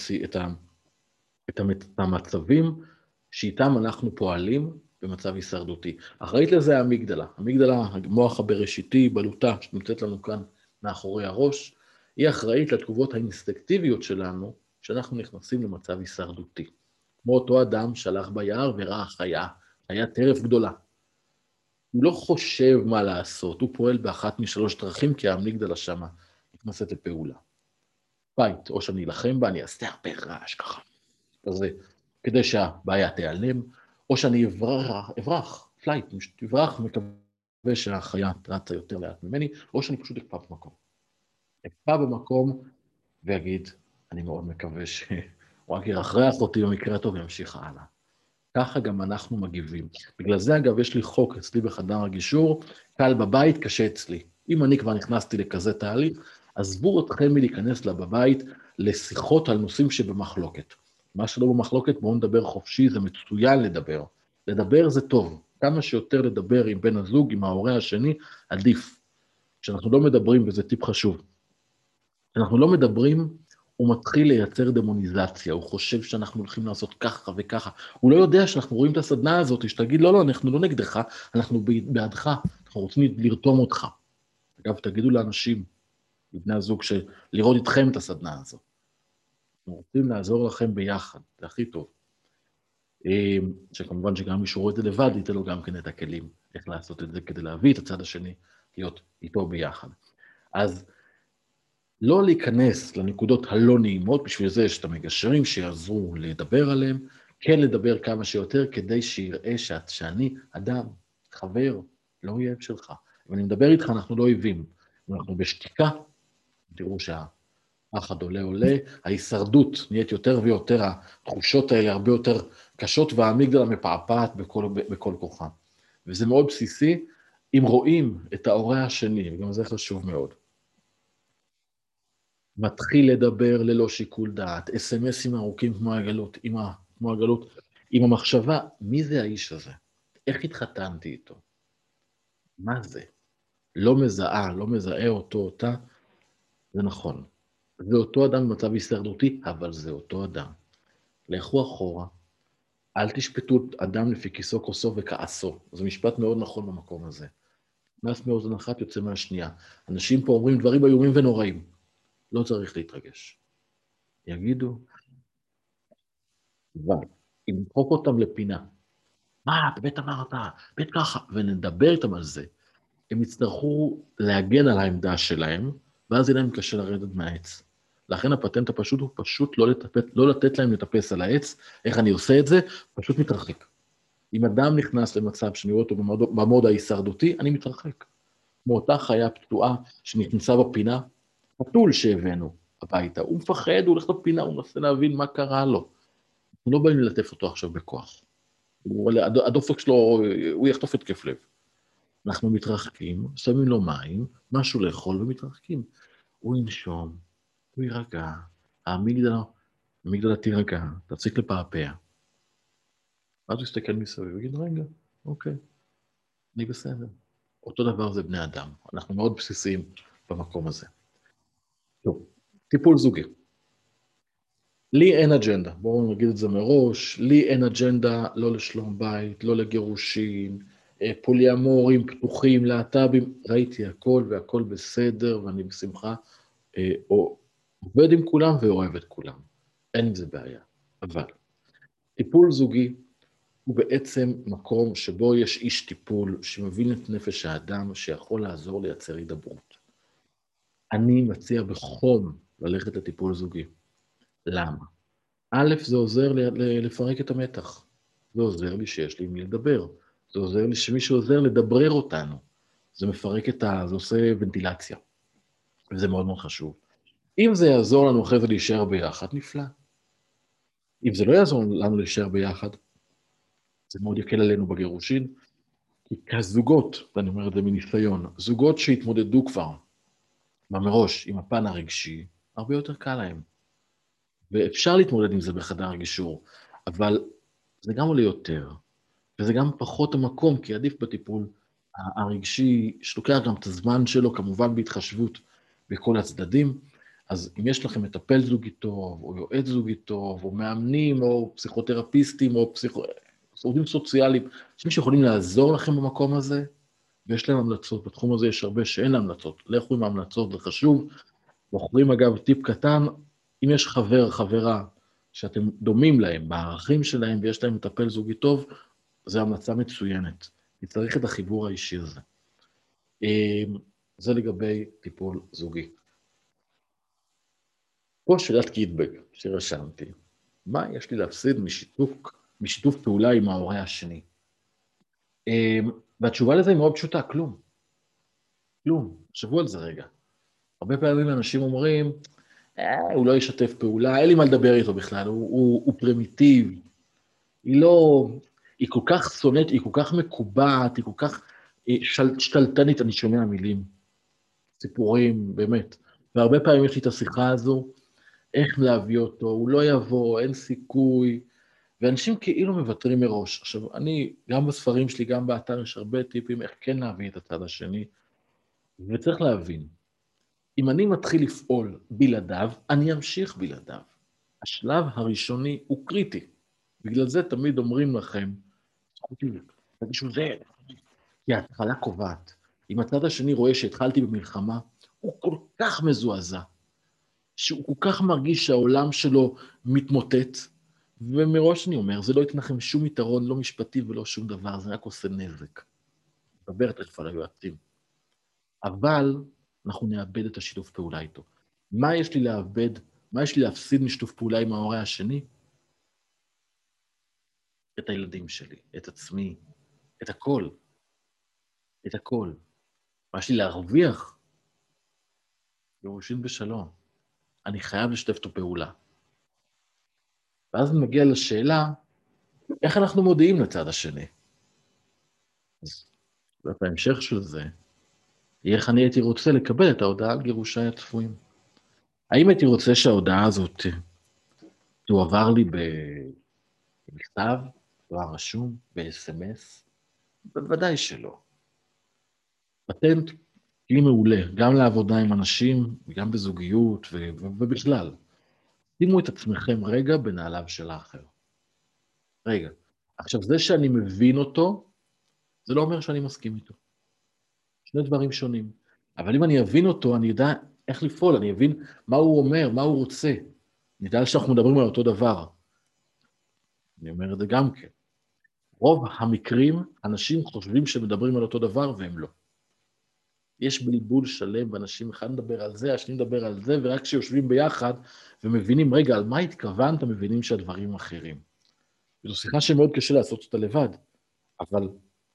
את המצבים שאיתם אנחנו פועלים במצב הישרדותי. אחראית לזה האמיגדלה. האמיגדלה, המוח הבראשיתי, בלוטה, שנמצאת לנו כאן מאחורי הראש, היא אחראית לתגובות האינסטינקטיביות שלנו, כשאנחנו נכנסים למצב הישרדותי. כמו אותו אדם שהלך ביער וראה חיה, חיה טרף גדולה. הוא לא חושב מה לעשות, הוא פועל באחת משלוש דרכים, כי האמיגדלה שמה נכנסת לפעולה. פייט, או שאני אלחם בה, אני אעשה הרבה רעש ככה. כזה, כדי שהבעיה תיעלם, או שאני אברח, פלייט, אברח, מקווה שהחיה תרצה יותר לאט ממני, או שאני פשוט אקפא במקום. אקפא במקום ויגיד, אני מאוד מקווה שהוא רק ירחרח אותי במקרה הטוב וימשיך הלאה. ככה גם אנחנו מגיבים. בגלל זה, אגב, יש לי חוק אצלי בחדר הגישור, קל בבית, קשה אצלי. אם אני כבר נכנסתי לכזה תהליך, עזבו אתכם מלהיכנס לה בבית לשיחות על נושאים שבמחלוקת. מה שלא במחלוקת, בואו נדבר חופשי, זה מצוין לדבר. לדבר זה טוב. כמה שיותר לדבר עם בן הזוג, עם ההורה השני, עדיף. כשאנחנו לא מדברים, וזה טיפ חשוב, כשאנחנו לא מדברים, הוא מתחיל לייצר דמוניזציה, הוא חושב שאנחנו הולכים לעשות ככה וככה, הוא לא יודע שאנחנו רואים את הסדנה הזאת, שתגיד, לא, אנחנו לא נגדך, אנחנו בעדך, אנחנו רוצים לרתום אותך. אגב, תגידו לאנשים, לבני הזוג, לראות איתכם את הסדנה הזאת. אנחנו רוצים לעזור לכם ביחד, זה הכי טוב. שכמובן שגם מי שרואה את זה לבד, ייתן לו גם כן את הכלים, איך לעשות את זה כדי להביא את הצד השני, להיות איתו ביחד. אז לא להיכנס לנקודות הלא נעימות, בשביל זה יש את המגשרים שיעזרו לדבר עליהם, כן לדבר כמה שיותר, כדי שיראה שאני אדם, חבר, לא אויב שלך. אם אני מדבר איתך, אנחנו לא אויבים. אנחנו בשתיקה, תראו שהפחד עולה, ההישרדות נהיית יותר ויותר, התחושות האלה הרבה יותר קשות, והאמיגדלה מפעפעת בכל כוחה. וזה מאוד בסיסי, אם רואים את ההורה השני, וגם זה חשוב מאוד. מתחיל לדבר ללא שיקול דעת, אס-אמסים ארוכים כמו הגלות, עם המחשבה, מי זה האיש הזה? איך התחתנתי איתו? מה זה? לא מזהה אותו, אותה, זה נכון. זה אותו אדם במצב הישרדותי, אבל זה אותו אדם. לכו אחורה, אל תשפטו אדם לפי כיסו, כוסו וכעסו. זה משפט מאוד נכון במקום הזה. נכנס מאוזן אחת, יוצא מהשנייה. אנשים פה אומרים דברים איומים ונוראים. לא צריך להתרגש. יגידו, אבל אם נדחוק אותם לפינה, מה, באמת אמרת, באמת ככה, ונדבר איתם על זה, הם יצטרכו להגן על העמדה שלהם, ואז יהיה להם קשה לרדת מהעץ. לכן הפטנט הפשוט הוא פשוט לא לתת להם לטפס על העץ. איך אני עושה את זה? פשוט מתרחק. אם אדם נכנס למצב שאני רואה אותו במוד ההישרדותי, אני מתרחק. כמו אותה חיה פצועה שנכנסה בפינה, חתול שהבאנו הביתה, הוא מפחד, הוא הולך לפינה, הוא מנסה להבין מה קרה לו. אנחנו לא באים ללטף אותו עכשיו בכוח. הדופק שלו, הוא יחטוף התקף לב. אנחנו מתרחקים, שמים לו מים, משהו לאכול ומתרחקים. הוא ינשום, הוא יירגע, האמיגדלה תירגע, תפסיק לפעפע. אז הוא יסתכל מסביב ויגיד, רגע, אוקיי, אני בסדר. אותו דבר זה בני אדם, אנחנו מאוד בסיסיים במקום הזה. טוב, טיפול זוגי. לי אין אג'נדה, בואו נגיד את זה מראש, לי אין אג'נדה לא לשלום בית, לא לגירושים, פוליאמורים, פתוחים, להט"בים, ראיתי הכל והכל בסדר, ואני בשמחה עובד עם כולם ואוהב את כולם. אין עם זה בעיה. אבל טיפול זוגי הוא בעצם מקום שבו יש איש טיפול שמבין את נפש האדם, שיכול לעזור לייצר הידברות. אני מציע בחום ללכת לטיפול זוגי. למה? א', זה עוזר לפרק את המתח. זה עוזר לי שיש לי עם מי לדבר. זה עוזר לי שמישהו עוזר לדברר אותנו. זה מפרק זה עושה ונטילציה. וזה מאוד מאוד חשוב. אם זה יעזור לנו אחרי זה להישאר ביחד, נפלא. אם זה לא יעזור לנו להישאר ביחד, זה מאוד יקל עלינו בגירושין, כי כזוגות, ואני אומר את זה מניסיון, זוגות שהתמודדו כבר, מראש, עם הפן הרגשי, הרבה יותר קל להם. ואפשר להתמודד עם זה בחדר הגישור, אבל זה גם עולה יותר, וזה גם פחות המקום, כי עדיף בטיפול הרגשי, שלוקח גם את הזמן שלו, כמובן בהתחשבות בכל הצדדים, אז אם יש לכם מטפל זוגי טוב, או יועץ זוגי טוב, או מאמנים, או פסיכותרפיסטים, או עובדים סוציאליים, אנשים שיכולים לעזור לכם במקום הזה, ויש להם המלצות. בתחום הזה יש הרבה שאין המלצות. לכו עם המלצות, זה חשוב. בוחרים אגב טיפ קטן, אם יש חבר, חברה, שאתם דומים להם, בערכים שלהם, ויש להם מטפל זוגי טוב, זו המלצה מצוינת. כי צריך את החיבור האישי הזה. זה לגבי טיפול זוגי. פה שאלת קיטבג שרשמתי. מה יש לי להפסיד משיתוף פעולה עם ההורה השני? והתשובה לזה היא מאוד פשוטה, כלום. כלום. תחשבו על זה רגע. הרבה פעמים אנשים אומרים, הוא לא ישתף פעולה, אין לי מה לדבר איתו בכלל, הוא פרימיטיב, היא כל כך שונאת, היא כל כך מקובעת, היא כל כך שתלטנית, אני שומע מילים, סיפורים, באמת. והרבה פעמים יש לי את השיחה הזו, איך להביא אותו, הוא לא יבוא, אין סיכוי, ואנשים כאילו מוותרים מראש. עכשיו, אני, גם בספרים שלי, גם באתר, יש הרבה טיפים איך כן להביא את הצד השני, וצריך להבין, אם אני מתחיל לפעול בלעדיו, אני אמשיך בלעדיו. השלב הראשוני הוא קריטי. בגלל זה תמיד אומרים לכם, תגישו זה, כי ההתחלה קובעת. אם הצד השני רואה שהתחלתי במלחמה, הוא כל כך מזועזע, שהוא כל כך מרגיש שהעולם שלו מתמוטט, ומראש אני אומר, זה לא ייתן לכם שום יתרון, לא משפטי ולא שום דבר, זה רק עושה נזק. מדבר תכף על היועצים. אבל אנחנו נאבד את השיתוף פעולה איתו. מה יש לי לאבד, מה יש לי להפסיד משיתוף פעולה עם ההורה השני? את הילדים שלי, את עצמי, את הכל. את הכל. מה יש לי להרוויח? גירושין בשלום. אני חייב לשתף את הפעולה. ואז נגיע לשאלה, איך אנחנו מודיעים לצד השני? אז בהמשך של זה, איך אני הייתי רוצה לקבל את ההודעה על גירושיי הצפויים? האם הייתי רוצה שההודעה הזאת תועבר לי במכתב, דואר רשום, ב-SMS? בוודאי שלא. פטנט כלי מעולה, גם לעבודה עם אנשים, גם בזוגיות ובכלל. שימו את עצמכם רגע בנעליו של האחר. רגע. עכשיו, זה שאני מבין אותו, זה לא אומר שאני מסכים איתו. שני דברים שונים. אבל אם אני אבין אותו, אני יודע איך לפעול, אני אבין מה הוא אומר, מה הוא רוצה. אני יודע שאנחנו מדברים על אותו דבר. אני אומר את זה גם כן. רוב המקרים, אנשים חושבים שמדברים על אותו דבר, והם לא. יש בלבול שלם, ואנשים אחד מדבר על זה, השני מדבר על זה, ורק כשיושבים ביחד ומבינים, רגע, על מה התכוונת, מבינים שהדברים אחרים. זו שיחה שמאוד קשה לעשות אותה לבד, אבל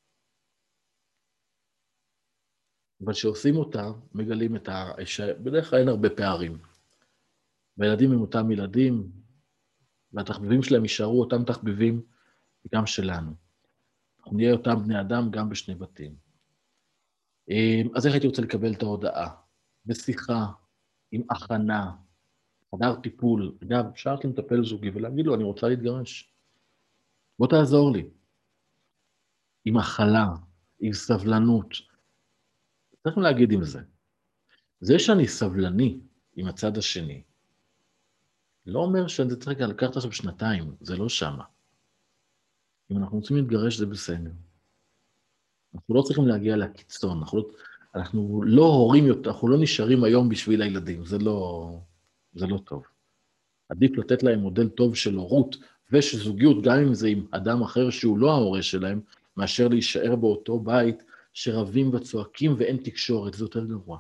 כשעושים אותה, מגלים בדרך כלל אין הרבה פערים. והילדים הם אותם ילדים, והתחביבים שלהם יישארו אותם תחביבים, גם שלנו. אנחנו נהיה אותם בני אדם גם בשני בתים. אז איך הייתי רוצה לקבל את ההודעה? בשיחה, עם הכנה, חדר טיפול. אגב, אפשר לטפל זוגי ולהגיד לו, אני רוצה להתגרש. בוא תעזור לי. עם הכלה, עם סבלנות. צריך להגיד עם זה. זה שאני סבלני עם הצד השני, לא אומר שאני צריך לקחת עכשיו שנתיים, זה לא שמה. אם אנחנו רוצים להתגרש, זה בסדר. אנחנו לא צריכים להגיע לקיצון, אנחנו לא הורים יותר, אנחנו לא נשארים היום בשביל הילדים, זה לא טוב. עדיף לתת להם מודל טוב של הורות ושל זוגיות, גם אם זה עם אדם אחר שהוא לא ההורה שלהם, מאשר להישאר באותו בית שרבים וצועקים ואין תקשורת, זה יותר גרוע.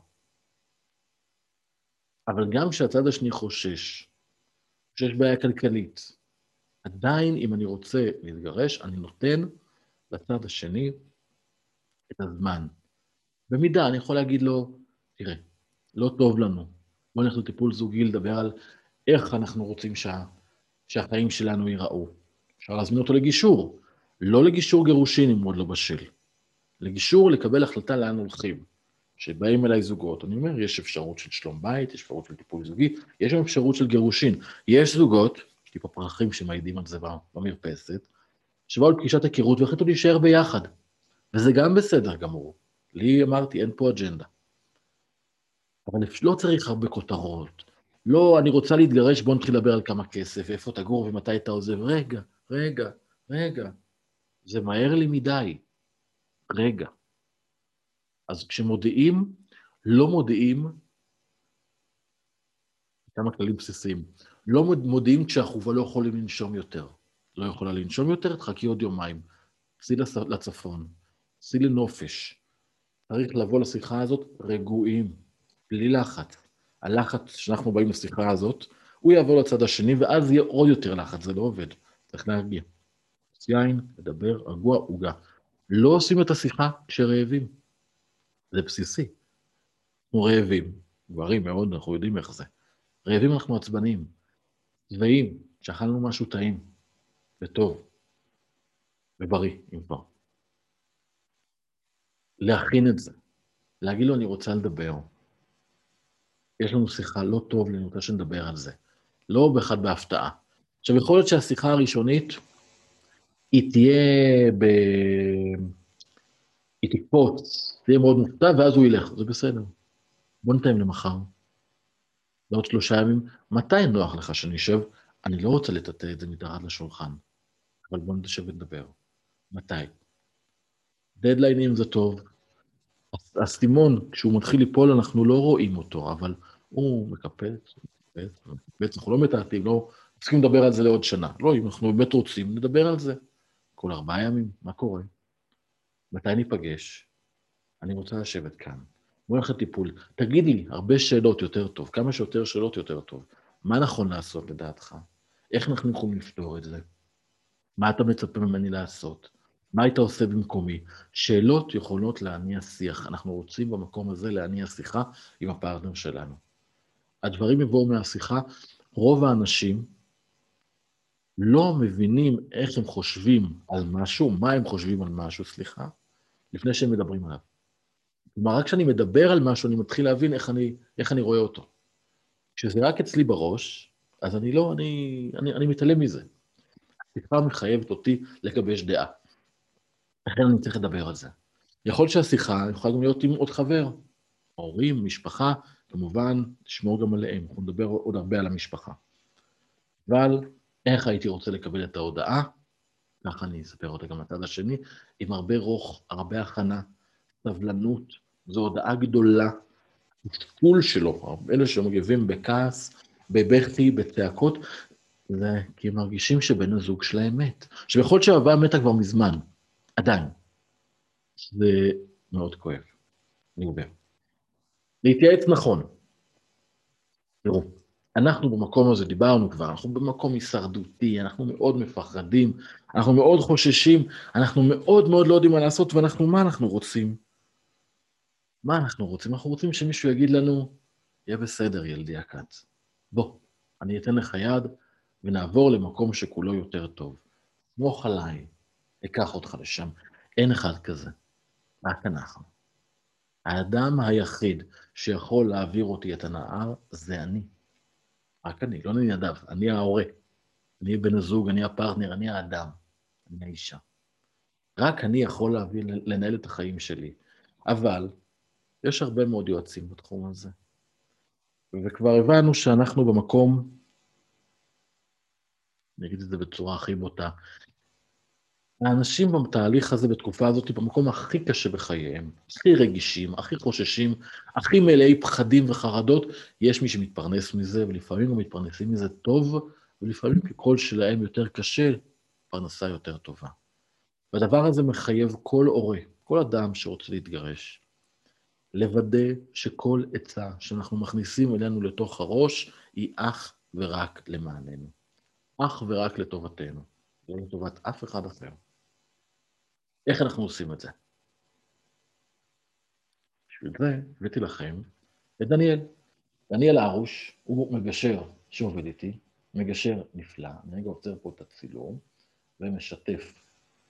אבל גם כשהצד השני חושש, שיש בעיה כלכלית, עדיין אם אני רוצה להתגרש, אני נותן לצד השני את הזמן. במידה, אני יכול להגיד לו, תראה, לא טוב לנו, בוא נלך לטיפול זוגי, לדבר על איך אנחנו רוצים שהחיים שלנו ייראו. אפשר להזמין אותו לגישור, לא לגישור גירושין אם הוא עוד לא בשל. לגישור לקבל החלטה לאן הולכים, שבאים אליי זוגות. אני אומר, יש אפשרות של שלום בית, יש אפשרות של טיפול זוגי, יש גם אפשרות של גירושין. יש זוגות, יש לי פה פרחים שמעידים על זה במרפסת, שבאו לפגישת היכרות והחליטו להישאר ביחד. וזה גם בסדר גמור. לי אמרתי, אין פה אג'נדה. אבל לא צריך הרבה כותרות, לא, אני רוצה להתגרש, בוא נתחיל לדבר על כמה כסף, איפה תגור ומתי אתה עוזב. רגע, רגע, רגע, זה מהר לי מדי. רגע. אז כשמודיעים, לא מודיעים, כמה כללים בסיסיים, לא מודיעים כשהחובה לא יכולים לנשום יותר. לא יכולה לנשום יותר, תחכי עוד יומיים. צאי לצפון, צאי לנופש. צריך לבוא לשיחה הזאת רגועים, בלי לחץ. הלחץ שאנחנו באים לשיחה הזאת, הוא יעבור לצד השני, ואז יהיה עוד יותר לחץ, זה לא עובד. צריך להרגיע. יין, לדבר, רגוע, עוגה. לא עושים את השיחה כשרעבים. זה בסיסי. אנחנו רעבים. גברים מאוד, אנחנו יודעים איך זה. רעבים אנחנו עצבניים. שבעים, שאכלנו משהו טעים, וטוב, ובריא, אם כבר. להכין את זה. להגיד לו, אני רוצה לדבר. יש לנו שיחה, לא טוב לי, אני רוצה שנדבר על זה. לא באחד בהפתעה. עכשיו, יכול להיות שהשיחה הראשונית, היא תהיה היא תקפוץ, תהיה מאוד מופתע, ואז הוא ילך. זה בסדר. בוא נתאם למחר. לעוד 3 ימים. מתי נוח לך שנשב? אני לא רוצה לטאטא את זה מתחת לשולחן, אבל בוא נשב ונדבר. מתי? דדליינים זה טוב. הסימון, כשהוא מתחיל ליפול, אנחנו לא רואים אותו, אבל הוא מקפץ, אנחנו לא מטאטאים, לא צריכים לדבר על זה לעוד שנה. לא, אם אנחנו באמת רוצים, נדבר על זה. כל 4 ימים, מה קורה? מתי ניפגש? אני רוצה לשבת כאן. בוא נלך לטיפול. תגידי לי, הרבה שאלות יותר טוב, כמה שיותר שאלות יותר טוב. מה נכון לעשות לדעתך? איך אנחנו יכולים לפתור את זה? מה אתה מצפה ממני לעשות? מה היית עושה במקומי? שאלות יכולות להניע שיח. אנחנו רוצים במקום הזה להניע שיחה עם הפרטנר שלנו. הדברים יבואו מהשיחה. רוב האנשים לא מבינים איך הם חושבים על משהו, מה הם חושבים על משהו, סליחה, לפני שהם מדברים עליו. כלומר, רק כשאני מדבר על משהו, אני מתחיל להבין איך אני רואה אותו. כשזה רק אצלי בראש, אז אני מתעלם מזה. השיחה מחייבת אותי לגבש דעה. לכן אני צריך לדבר על זה. יכול שהשיחה יכולה גם להיות עם עוד חבר, הורים, משפחה, כמובן, תשמור גם עליהם. אנחנו נדבר עוד הרבה על המשפחה. אבל איך הייתי רוצה לקבל את ההודעה? ככה אני אספר אותה גם לצד השני, עם הרבה רוך, הרבה הכנה, סבלנות, זו הודעה גדולה, פול שלו, אלה שמגיבים בכעס, בבכי, בצעקות, זה כי הם מרגישים שבן הזוג שלהם מת. עכשיו, יכול להיות שהאהבה מתה כבר מזמן, עדיין. זה מאוד כואב, אני אומר. להתייעץ נכון. תראו, אנחנו במקום הזה, דיברנו כבר, אנחנו במקום הישרדותי, אנחנו מאוד מפחדים, אנחנו מאוד חוששים, אנחנו מאוד מאוד לא יודעים מה לעשות, מה אנחנו רוצים? מה אנחנו רוצים? אנחנו רוצים שמישהו יגיד לנו, יהיה בסדר, ילדי הכץ. בוא, אני אתן לך יד, ונעבור למקום שכולו יותר טוב. סמוך עליי, אקח אותך לשם. אין אחד כזה, רק אנחנו. האדם היחיד שיכול להעביר אותי את הנהר, זה אני. רק אני, לא אני נדב, אני ההורה. אני בן הזוג, אני הפרטנר, אני האדם, אני האישה. רק אני יכול לנהל את החיים שלי. אבל יש הרבה מאוד יועצים בתחום הזה. וכבר הבנו שאנחנו במקום, אני אגיד את זה בצורה הכי בוטה, האנשים בתהליך הזה, בתקופה הזאת, במקום הכי קשה בחייהם, הכי רגישים, הכי חוששים, הכי מלאי פחדים וחרדות, יש מי שמתפרנס מזה, ולפעמים הם מתפרנסים מזה טוב, ולפעמים ככל שלהם יותר קשה, פרנסה יותר טובה. והדבר הזה מחייב כל הורה, כל אדם שרוצה להתגרש, לוודא שכל עצה שאנחנו מכניסים אלינו לתוך הראש, היא אך ורק למעננו. אך ורק לטובתנו, לא לטובת אף אחד אחר. איך אנחנו עושים את זה? בשביל זה הבאתי לכם את דניאל. דניאל ארוש הוא מגשר שעובד איתי, מגשר נפלא. אני רגע עוצר פה את הצילום ומשתף,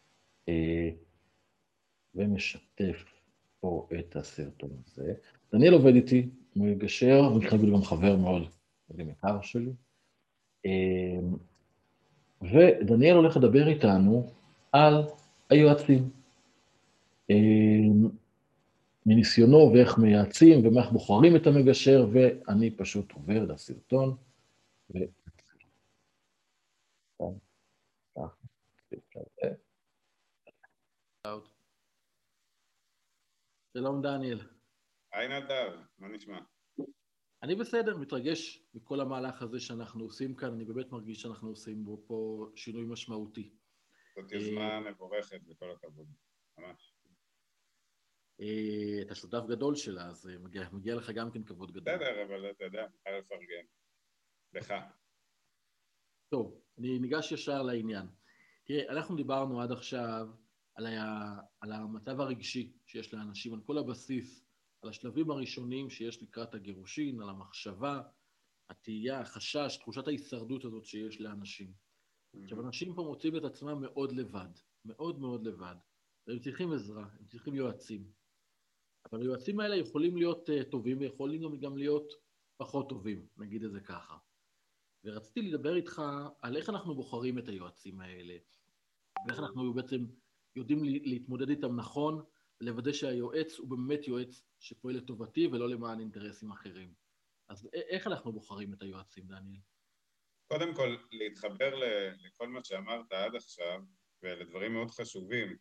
פה את הסרטון הזה. דניאל עובד איתי, הוא מגשר, ומתחיל גם חבר מאוד יקר שלי. ודניאל הולך לדבר איתנו על היועצים. מניסיונו ואיך מייעצים ומה איך בוחרים את המגשר, ואני פשוט עובר לסרטון. שלום דניאל. היי נדב, מה נשמע? אני בסדר, מתרגש מכל המהלך הזה שאנחנו עושים כאן, אני באמת מרגיש שאנחנו עושים בו פה שינוי משמעותי. זאת יוזמה מבורכת וכל הכבוד, ממש. אתה שותף גדול שלה, אז מגיע לך גם כן כבוד גדול. בסדר, אבל אתה יודע, חייב לפרגן. לך. טוב, אני ניגש ישר לעניין. תראה, אנחנו דיברנו עד עכשיו על המצב הרגשי שיש לאנשים, על כל הבסיס, על השלבים הראשונים שיש לקראת הגירושין, על המחשבה, התהייה, החשש, תחושת ההישרדות הזאת שיש לאנשים. עכשיו, אנשים פה מוצאים את עצמם מאוד לבד, מאוד מאוד לבד, והם צריכים עזרה, הם צריכים יועצים. אבל היועצים האלה יכולים להיות טובים ויכולים גם להיות פחות טובים, נגיד את זה ככה. ורציתי לדבר איתך על איך אנחנו בוחרים את היועצים האלה, ואיך אנחנו בעצם יודעים להתמודד איתם נכון, ולוודא שהיועץ הוא באמת יועץ שפועל לטובתי ולא למען אינטרסים אחרים. אז איך אנחנו בוחרים את היועצים, דניאל? קודם כל, להתחבר לכל מה שאמרת עד עכשיו, ולדברים מאוד חשובים,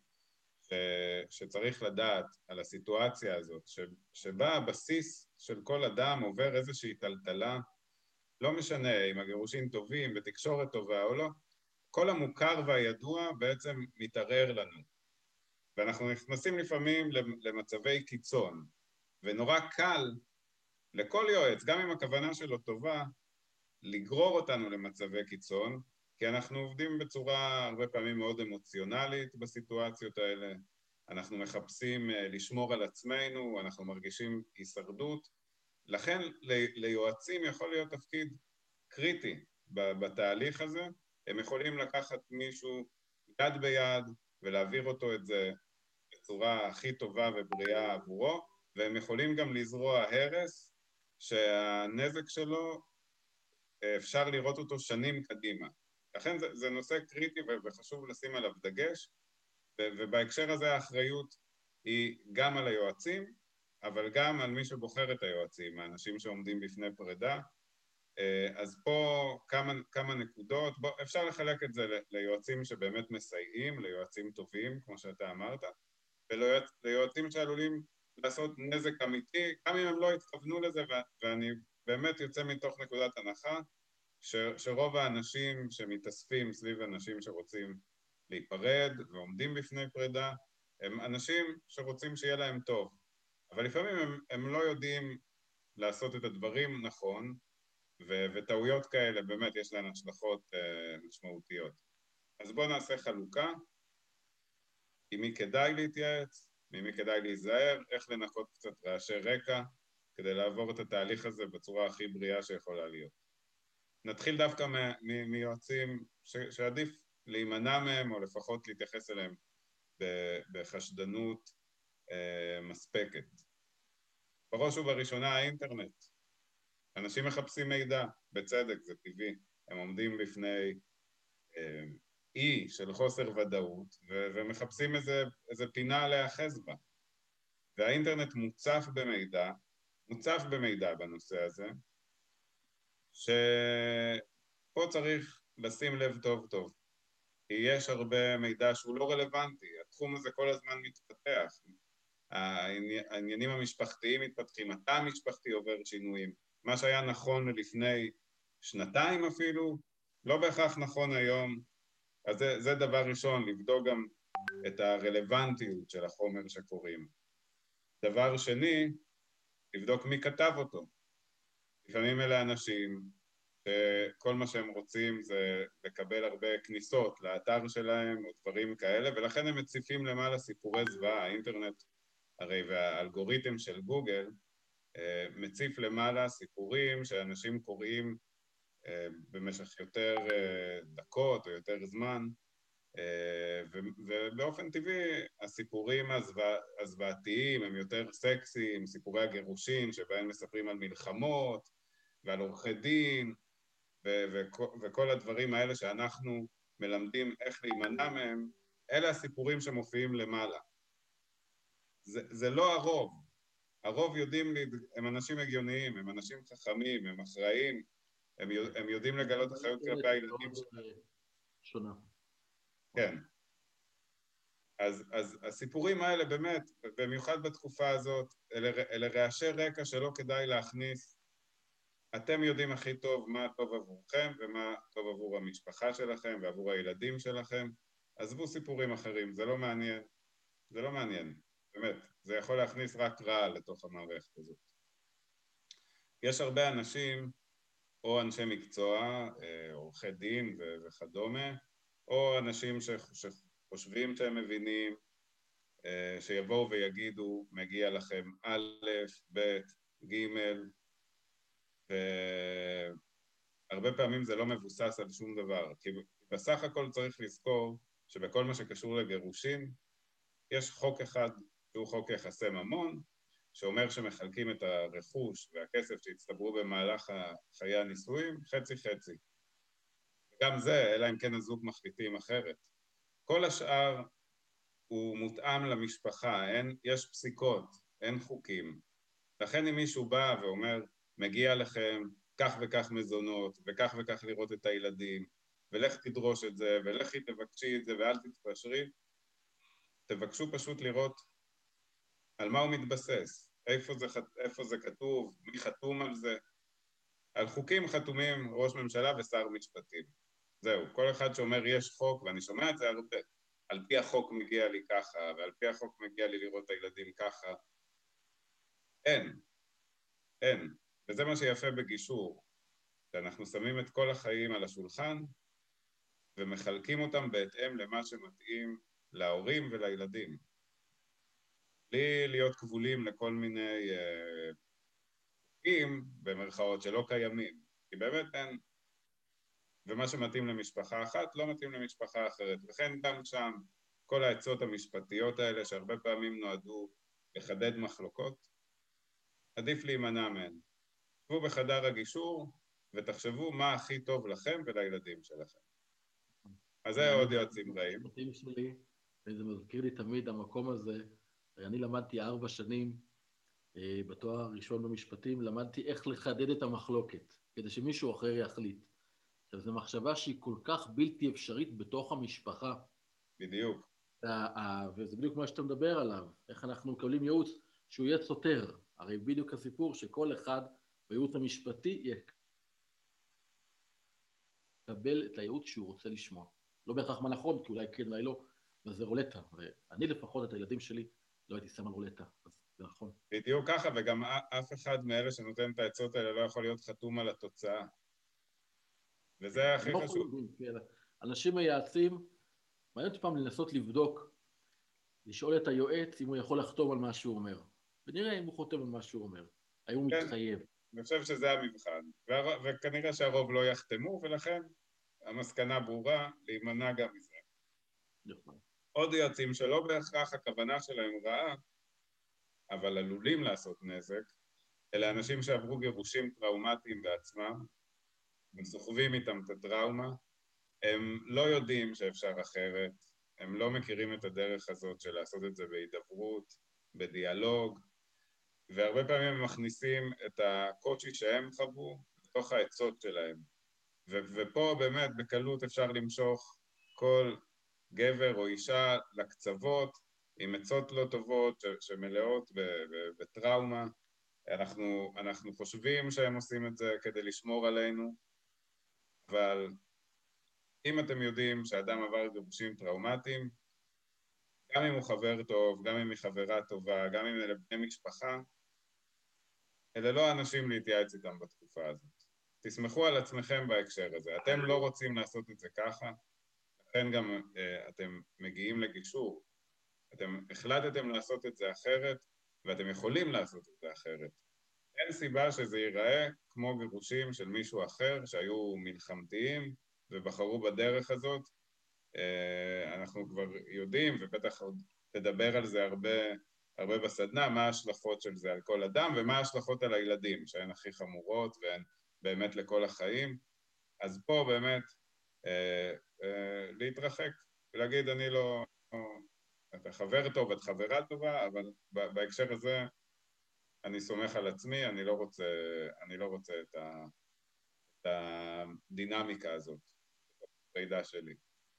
שצריך לדעת על הסיטואציה הזאת, שבה הבסיס של כל אדם עובר איזושהי טלטלה, לא משנה אם הגירושים טובים ותקשורת טובה או לא, כל המוכר והידוע בעצם מתערער לנו. ואנחנו נכנסים לפעמים למצבי קיצון, ונורא קל לכל יועץ, גם אם הכוונה שלו טובה, לגרור אותנו למצבי קיצון, כי אנחנו עובדים בצורה הרבה פעמים מאוד אמוציונלית בסיטואציות האלה, אנחנו מחפשים לשמור על עצמנו, אנחנו מרגישים הישרדות, לכן ליועצים יכול להיות תפקיד קריטי בתהליך הזה, הם יכולים לקחת מישהו יד ביד ולהעביר אותו את זה בצורה הכי טובה ובריאה עבורו, והם יכולים גם לזרוע הרס שהנזק שלו אפשר לראות אותו שנים קדימה. לכן זה נושא קריטי וחשוב לשים עליו דגש, ובהקשר הזה האחריות היא גם על היועצים, אבל גם על מי שבוחר את היועצים, האנשים שעומדים בפני פרידה. אז פה כמה נקודות, אפשר לחלק את זה ליועצים שבאמת מסייעים, ליועצים טובים, כמו שאתה אמרת, וליועצים שעלולים לעשות נזק אמיתי, גם אם הם לא התכוונו לזה, ואני באמת יוצא מתוך נקודת הנחה, שרוב האנשים שמתאספים סביב אנשים שרוצים להיפרד ועומדים בפני פרידה, הם אנשים שרוצים שיהיה להם טוב, אבל לפעמים הם לא יודעים לעשות את הדברים נכון, וטעויות כאלה באמת יש להן השלכות משמעותיות. אז בואו נעשה חלוקה, עם מי כדאי להתייעץ, ממי כדאי להיזהר, איך לנקות קצת רעשי רקע, כדי לעבור את התהליך הזה בצורה הכי בריאה שיכולה להיות. נתחיל דווקא מיועצים שעדיף להימנע מהם, או לפחות להתייחס אליהם בחשדנות מספקת. בראש ובראשונה האינטרנט. אנשים מחפשים מידע, בצדק, זה טבעי. הם עומדים בפני אי של חוסר ודאות, ומחפשים איזה פינה להיאחז בה. והאינטרנט מוצף במידע בנושא הזה, שפה צריך לשים לב טוב טוב. כי יש הרבה מידע שהוא לא רלוונטי, התחום הזה כל הזמן מתפתח, העניינים המשפחתיים מתפתחים, התא המשפחתי עובר שינויים, מה שהיה נכון לפני שנתיים אפילו, לא בהכרח נכון היום, אז זה דבר ראשון, לבדוק גם את הרלוונטיות של החומר שקוראים. דבר שני, לבדוק מי כתב אותו. לפעמים אלה אנשים שכל מה שהם רוצים זה לקבל הרבה כניסות לאתר שלהם או דברים כאלה, ולכן הם מציפים למעלה סיפורי זוועה. האינטרנט הרי והאלגוריתם של גוגל מציף למעלה סיפורים שאנשים קוראים במשך יותר דקות או יותר זמן, ובאופן טבעי הסיפורים הזוועתיים הם יותר סקסיים, סיפורי הגירושין שבהם מספרים על מלחמות ועל עורכי דין וכל הדברים האלה שאנחנו מלמדים איך להימנע מהם, אלה הסיפורים שמופיעים למעלה. זה לא הרוב, הרוב יודעים, הם אנשים הגיוניים, הם אנשים חכמים, הם אחראים, הם יודעים לגלות אחריות כלפי הילדים שלהם. שונה. כן. אז הסיפורים האלה באמת, במיוחד בתקופה הזאת, אלה רעשי רקע שלא כדאי להכניס. אתם יודעים הכי טוב מה טוב עבורכם ומה טוב עבור המשפחה שלכם ועבור הילדים שלכם. עזבו סיפורים אחרים, זה לא מעניין. זה לא מעניין, באמת. זה יכול להכניס רק רע לתוך המערכת הזאת. יש הרבה אנשים, או אנשי מקצוע, עורכי דין וכדומה, או אנשים שחושבים שהם מבינים, שיבואו ויגידו, מגיע לכם א', ב', ג', והרבה פעמים זה לא מבוסס על שום דבר, כי בסך הכל צריך לזכור שבכל מה שקשור לגירושים, יש חוק אחד שהוא חוק יחסי ממון, שאומר שמחלקים את הרכוש והכסף שהצטברו במהלך חיי הנישואים, חצי חצי. גם זה, אלא אם כן הזוג מחליטים אחרת. כל השאר הוא מותאם למשפחה, יש פסיקות, אין חוקים. לכן אם מישהו בא ואומר, מגיע לכם כך וכך מזונות, וכך וכך לראות את הילדים, ולך תדרוש את זה, ולכי תבקשי את זה, ואל תתפשרי, תבקשו פשוט לראות על מה הוא מתבסס, איפה זה כתוב, מי חתום על זה. על חוקים חתומים ראש ממשלה ושר משפטים. זהו, כל אחד שאומר יש חוק, ואני שומע את זה הרבה, על פי החוק מגיע לי ככה, ועל פי החוק מגיע לי לראות את הילדים ככה. אין. וזה מה שיפה בגישור, שאנחנו שמים את כל החיים על השולחן, ומחלקים אותם בהתאם למה שמתאים להורים ולילדים. בלי להיות כבולים לכל מיני חוקים, במרכאות, שלא קיימים. כי באמת אין. ומה שמתאים למשפחה אחת לא מתאים למשפחה אחרת. וכן גם שם, כל העצות המשפטיות האלה, שהרבה פעמים נועדו לחדד מחלוקות, עדיף להימנע מהן. תשבו בחדר הגישור ותחשבו מה הכי טוב לכם ולילדים שלכם. אז זה עוד יועצים רעים. וזה מזכיר לי תמיד המקום הזה, אני למדתי 4 שנים בתואר הראשון במשפטים, למדתי איך לחדד את המחלוקת, כדי שמישהו אחר יחליט. עכשיו, זו מחשבה שהיא כל כך בלתי אפשרית בתוך המשפחה. בדיוק. וזה בדיוק מה שאתה מדבר עליו, איך אנחנו מקבלים ייעוץ שהוא יהיה סותר. הרי בדיוק הסיפור שכל אחד בייעוץ המשפטי יקבל את הייעוץ שהוא רוצה לשמוע. לא בהכרח מה נכון, כי אולי כן, אולי לא, וזה רולטה. ואני לפחות את הילדים שלי לא הייתי שם על רולטה, אז זה נכון. בדיוק ככה, וגם אף אחד מאלה שנותן את העצות האלה לא יכול להיות חתום על התוצאה. וזה הכי חשוב. אנשים מייעצים, מעניין אותי פעם לנסות לבדוק, לשאול את היועץ אם הוא יכול לחתום על מה שהוא אומר. ונראה אם הוא חותם על מה שהוא אומר. האם הוא מתחייב. אני חושב שזה המבחן. וכנראה שהרוב לא יחתמו, ולכן המסקנה ברורה, להימנע גם מזה. עוד יועצים שלא בהכרח הכוונה שלהם רעה, אבל עלולים לעשות נזק, אלה אנשים שעברו גירושים טראומטיים בעצמם, וסוחבים איתם את הטראומה, הם לא יודעים שאפשר אחרת, הם לא מכירים את הדרך הזאת של לעשות את זה בהידברות, בדיאלוג, והרבה פעמים הם מכניסים את הקושי שהם חוו לתוך העצות שלהם. ופה באמת בקלות אפשר למשוך כל גבר או אישה לקצוות עם עצות לא טובות שמלאות בטראומה. אנחנו חושבים שהם עושים את זה כדי לשמור עלינו, אבל אם אתם יודעים שאדם עבר גירושים טראומטיים, גם אם הוא חבר טוב, גם אם היא חברה טובה, גם אם אלה בני משפחה, אלה לא אנשים להתייעץ איתם בתקופה הזאת. תסמכו על עצמכם בהקשר הזה. אתם לא רוצים לעשות את זה ככה, לכן גם אתם מגיעים לגישור. אתם החלטתם לעשות את זה אחרת, ואתם יכולים לעשות את זה אחרת. אין סיבה שזה ייראה כמו גירושים של מישהו אחר, שהיו מלחמתיים ובחרו בדרך הזאת. אנחנו כבר יודעים, ובטח עוד תדבר על זה הרבה בסדנה, מה ההשלכות של זה על כל אדם, ומה ההשלכות על הילדים, שהן הכי חמורות והן באמת לכל החיים. אז פה באמת להתרחק ולהגיד, אני לא, אתה חבר טוב, את חברה טובה, אבל בהקשר הזה אני סומך על עצמי, אני לא רוצה את הדינמיקה הזאת, את הפרידה שלי.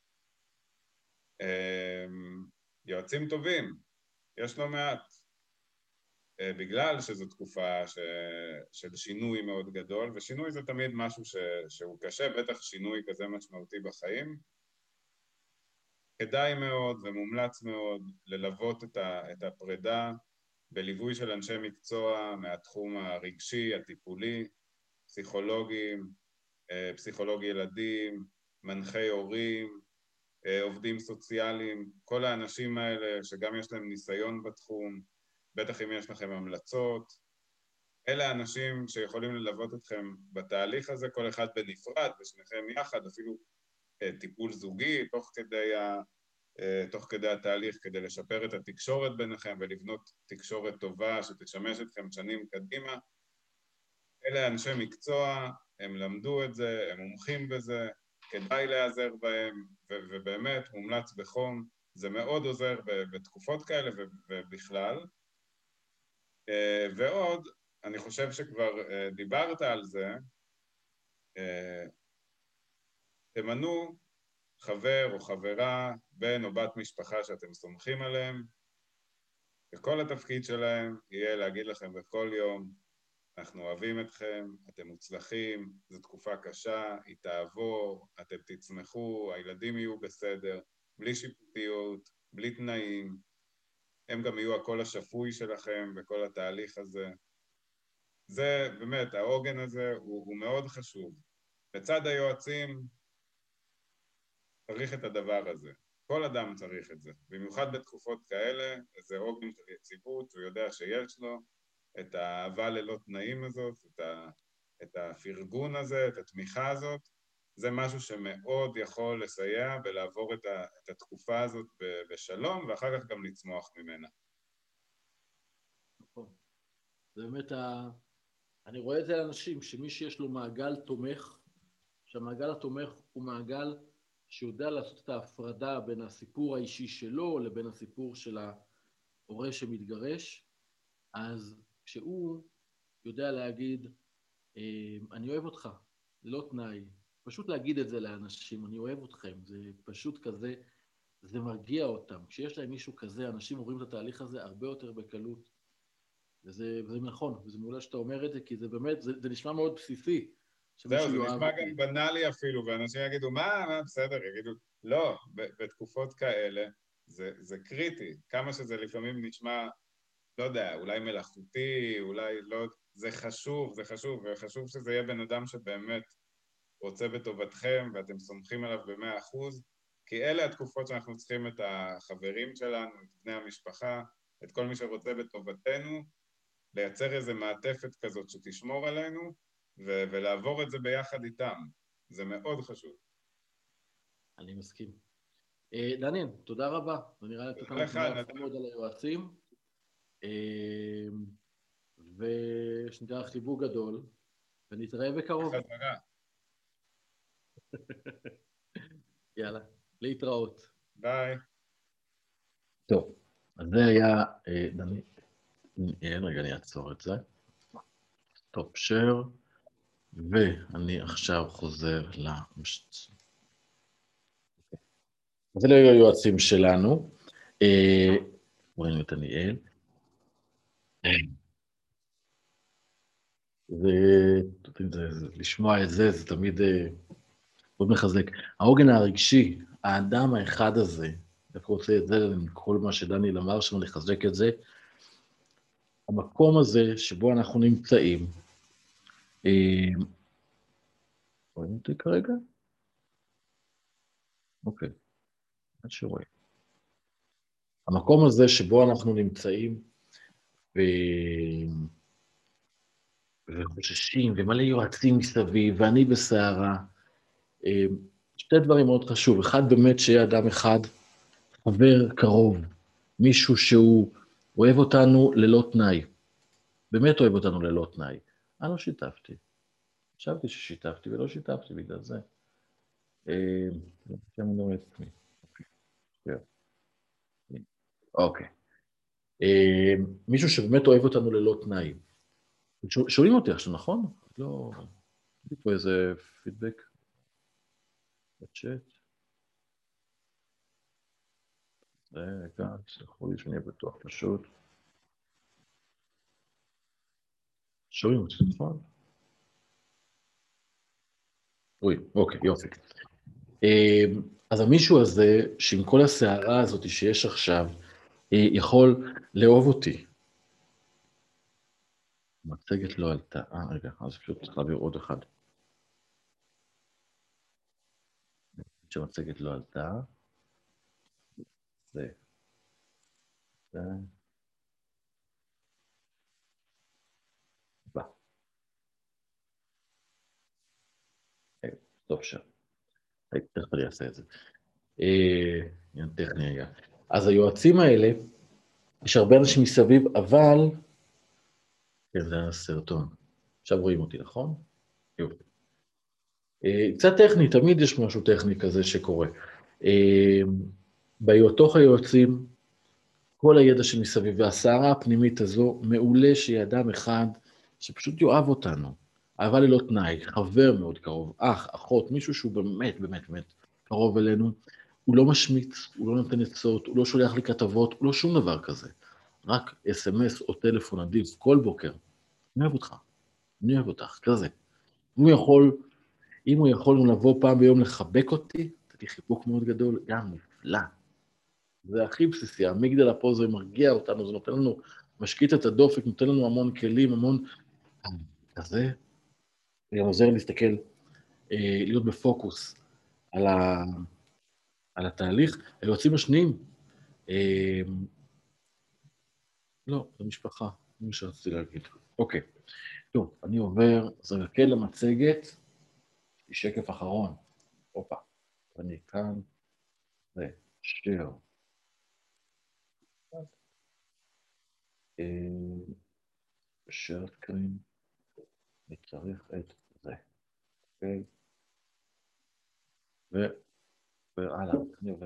יועצים טובים, יש לא מעט, בגלל שזו תקופה של שינוי מאוד גדול, ושינוי זה תמיד משהו שהוא קשה, בטח שינוי כזה משמעותי בחיים. כדאי מאוד ומומלץ מאוד ללוות את הפרידה בליווי של אנשי מקצוע מהתחום הרגשי, הטיפולי, פסיכולוגים, פסיכולוג ילדים, מנחי הורים, עובדים סוציאליים, כל האנשים האלה שגם יש להם ניסיון בתחום, בטח אם יש לכם המלצות, אלה האנשים שיכולים ללוות אתכם בתהליך הזה, כל אחד בנפרד ושניכם יחד, אפילו טיפול זוגי תוך כדי התהליך, כדי לשפר את התקשורת ביניכם ולבנות תקשורת טובה שתשמש אתכם שנים קדימה. אלה אנשי מקצוע, הם למדו את זה, הם מומחים בזה, כדאי להיעזר בהם, ובאמת מומלץ בחום, זה מאוד עוזר בתקופות כאלה ובכלל. ועוד, אני חושב שכבר דיברת על זה, תמנו חבר או חברה, בן או בת משפחה שאתם סומכים עליהם, וכל התפקיד שלהם יהיה להגיד לכם בכל יום, אנחנו אוהבים אתכם, אתם מוצלחים, זו תקופה קשה, היא תעבור, אתם תצמחו, הילדים יהיו בסדר, בלי שיפוטיות, בלי תנאים, הם גם יהיו הקול השפוי שלכם בכל התהליך הזה. זה באמת, העוגן הזה הוא מאוד חשוב. לצד היועצים צריך את הדבר הזה. כל אדם צריך את זה. במיוחד בתקופות כאלה, זה עוגן של יציבות, הוא יודע שיש לו את האהבה ללא תנאים הזאת, את הפרגון הזה, את התמיכה הזאת. זה משהו שמאוד יכול לסייע ולעבור את התקופה הזאת בשלום, ואחר כך גם לצמוח ממנה. נכון. זה באמת, אני רואה את זה לאנשים, שמי שיש לו מעגל תומך, שהמעגל התומך הוא מעגל שיודע לעשות את ההפרדה בין הסיפור האישי שלו לבין הסיפור של ההורה שמתגרש, אז כשהוא יודע להגיד, אני אוהב אותך, לא תנאי, פשוט להגיד את זה לאנשים, אני אוהב אתכם, זה פשוט כזה, זה מרגיע אותם. כשיש להם מישהו כזה, אנשים עוברים את התהליך הזה הרבה יותר בקלות, וזה נכון, וזה מעולה שאתה אומר את זה, כי זה באמת, זה נשמע מאוד בסיסי. זהו, זה נשמע גם בנאלי אפילו, ואנשים יגידו, מה, בסדר, יגידו, לא, בתקופות כאלה, זה קריטי, כמה שזה לפעמים נשמע, לא יודע, אולי מלאכותי, אולי לא, זה חשוב, וחשוב שזה יהיה בן אדם שבאמת רוצה בטובתכם, ואתם סומכים עליו ב100%, כי אלה התקופות שאנחנו צריכים את החברים שלנו, את בני המשפחה, את כל מי שרוצה בטובתנו, לייצר איזו מעטפת כזאת שתשמור עלינו, ולעבור את זה ביחד איתם. זה מאוד חשוב. אני מסכים. דניאל, תודה רבה. ונראה לי תודה לך מאוד על היועצים. ושנתראה חיבוק גדול, ונתראה בקרוב. חזרה. יאללה, להתראות. ביי. טוב, אז זה היה דניאל. רגע, אני אעצור את זה. סטופ שייר. ואני עכשיו חוזר אז אלה היו היועצים שלנו. רואים את דניאל. לשמוע את זה, זה תמיד מאוד מחזק. העוגן הרגשי, האדם האחד הזה, אני רוצה את זה, עם כל מה שדניאל אמר שם, לחזק את זה, המקום הזה שבו אנחנו נמצאים, רואים אותי כרגע? אוקיי, עד שרואים. המקום הזה שבו אנחנו נמצאים, וחוששים, ומלא יועצים מסביב, ואני בסערה, שתי דברים מאוד חשוב. אחד, באמת שיהיה אדם אחד, חבר קרוב, מישהו שהוא אוהב אותנו ללא תנאי, באמת אוהב אותנו ללא תנאי. אני לא שיתפתי. חשבתי ששיתפתי ולא שיתפתי בגלל זה. אוקיי. מישהו שבאמת אוהב אותנו ללא תנאי. שואלים אותי עכשיו, נכון? לא... יש פה איזה פידבק בצ'אט. רגע, תסלחו לי שאני אהיה בטוח פשוט. שומעים אותי, נכון? אוי, אוקיי, יופי. אז המישהו הזה, שעם כל הסערה הזאת שיש עכשיו, יכול לאהוב אותי. המצגת לא עלתה. רגע, אז פשוט צריך להעביר עוד אחד. שהמצגת לא עלתה. זה. בא. טוב שם. תכף אני אעשה את זה. עניין טכני רגע. אז היועצים האלה, יש הרבה אנשים מסביב, אבל... כן, זה הסרטון. עכשיו רואים אותי, נכון? יופי. קצת טכני, תמיד יש משהו טכני כזה שקורה. בהיותוך היועצים, כל הידע שמסביב, והסערה הפנימית הזו, מעולה שיהיה אדם אחד שפשוט יאהב אותנו. אהבה ללא תנאי, חבר מאוד קרוב, אח, אחות, מישהו שהוא באמת, באמת, באמת קרוב אלינו. הוא לא משמיץ, הוא לא נותן עצות, הוא לא שולח לי כתבות, הוא לא שום דבר כזה. רק אס-אמס או טלפון עדיף כל בוקר. אני אוהב אותך, אני אוהב אותך, כזה. אם הוא יכול לבוא פעם ביום לחבק אותי, זה חיבוק מאוד גדול, גם נפלא. זה הכי בסיסי, המגדלה פה זה מרגיע אותנו, זה נותן לנו, משקיט את הדופק, נותן לנו המון כלים, המון... כזה, זה גם עוזר להסתכל, להיות בפוקוס על התהליך. היועצים השניים, לא, זה משפחה, זה מה שרציתי להגיד. אוקיי, טוב, אני עובר, אז רגע למצגת, שקף אחרון. הופה, אני כאן, ושיר. שרת קרין, אני צריך את זה, אוקיי? והלאה, אני עובר.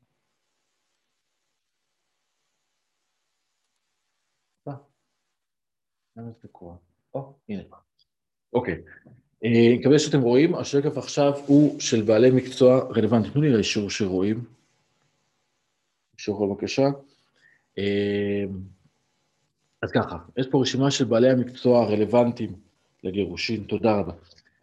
למה זה תקוע? הנה. אוקיי. אני מקווה שאתם רואים, השקף עכשיו הוא של בעלי מקצוע רלוונטיים. תנו לי לאישור שרואים. אישור בבקשה. אז ככה, יש פה רשימה של בעלי המקצוע הרלוונטיים לגירושין. תודה רבה.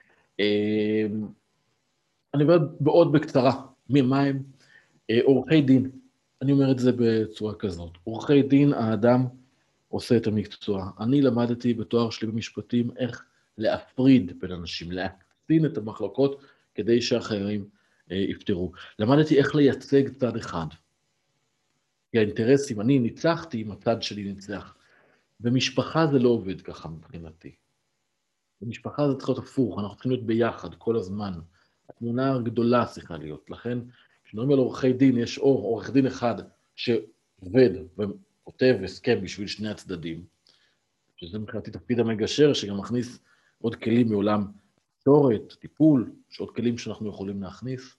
אני אומר בעוד בקצרה, מה הם? עורכי דין. אני אומר את זה בצורה כזאת. עורכי דין, האדם עושה את המקצוע. אני למדתי בתואר שלי במשפטים איך להפריד בין אנשים, להקטין את המחלוקות כדי שאחרים יפתרו. למדתי איך לייצג צד אחד. כי האינטרסים, אני ניצחתי אם הצד שלי ניצח. במשפחה זה לא עובד ככה מבחינתי. במשפחה זה צריך להיות הפוך, אנחנו צריכים להיות ביחד כל הזמן. התמונה הגדולה צריכה להיות. לכן, כשנדברים על עורכי דין, יש עורך דין אחד שעובד וכותב הסכם בשביל שני הצדדים, שזה מבחינתי תפקיד המגשר, שגם מכניס עוד כלים מעולם תקשורת, טיפול, יש עוד כלים שאנחנו יכולים להכניס.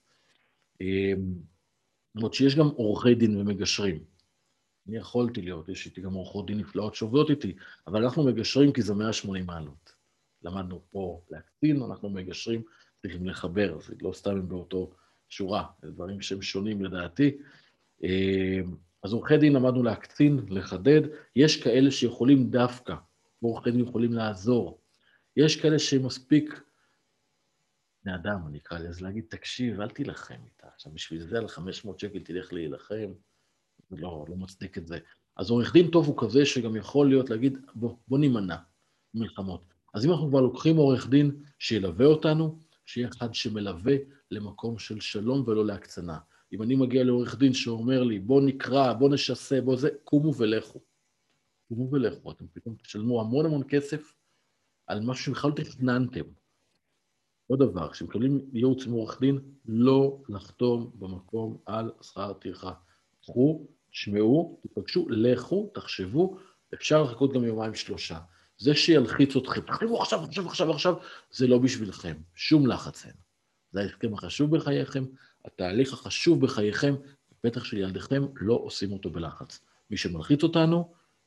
למרות שיש גם עורכי דין ומגשרים. אני יכולתי להיות, יש איתי גם עורכות דין נפלאות שעובדות איתי, אבל אנחנו מגשרים כי זה 180 מעלות. למדנו פה להקטין, אנחנו מגשרים, צריכים לחבר, זה לא סתם הם באותו שורה, זה דברים שהם שונים לדעתי. אז עורכי דין למדנו להקטין, לחדד, יש כאלה שיכולים דווקא, עורכי דין יכולים לעזור, יש כאלה שמספיק, בני אדם, אני אקרא לזה להגיד, תקשיב, אל תילחם איתה, עכשיו בשביל זה על 500 שקל תלך להילחם, לא מצדיק את זה. אז עורך דין טוב הוא כזה שגם יכול להיות להגיד, בוא נימנע מלחמות. אז אם אנחנו כבר לוקחים עורך דין שילווה אותנו, שיהיה אחד שמלווה למקום של שלום ולא להקצנה. אם אני מגיע לעורך דין שאומר לי, בוא נקרא, בוא נשסה, בוא זה, קומו ולכו. קומו ולכו, אתם פתאום תשלמו המון המון כסף על משהו שבכלל תכננתם. עוד דבר, כשמקבלים ייעוץ מעורך דין, לא לחתום במקום על שכר טרחה. קחו, תשמעו, תפגשו, לכו, תחשבו, אפשר לחכות גם יומיים שלושה. זה שילחיץ אתכם, תחשבו עכשיו, זה לא בשבילכם, שום לחץ אין. זה ההסכם החשוב בחייכם, התהליך החשוב בחייכם, בטח של ילדיכם, לא עושים אותו בלחץ. מי שמלחיץ אותנו,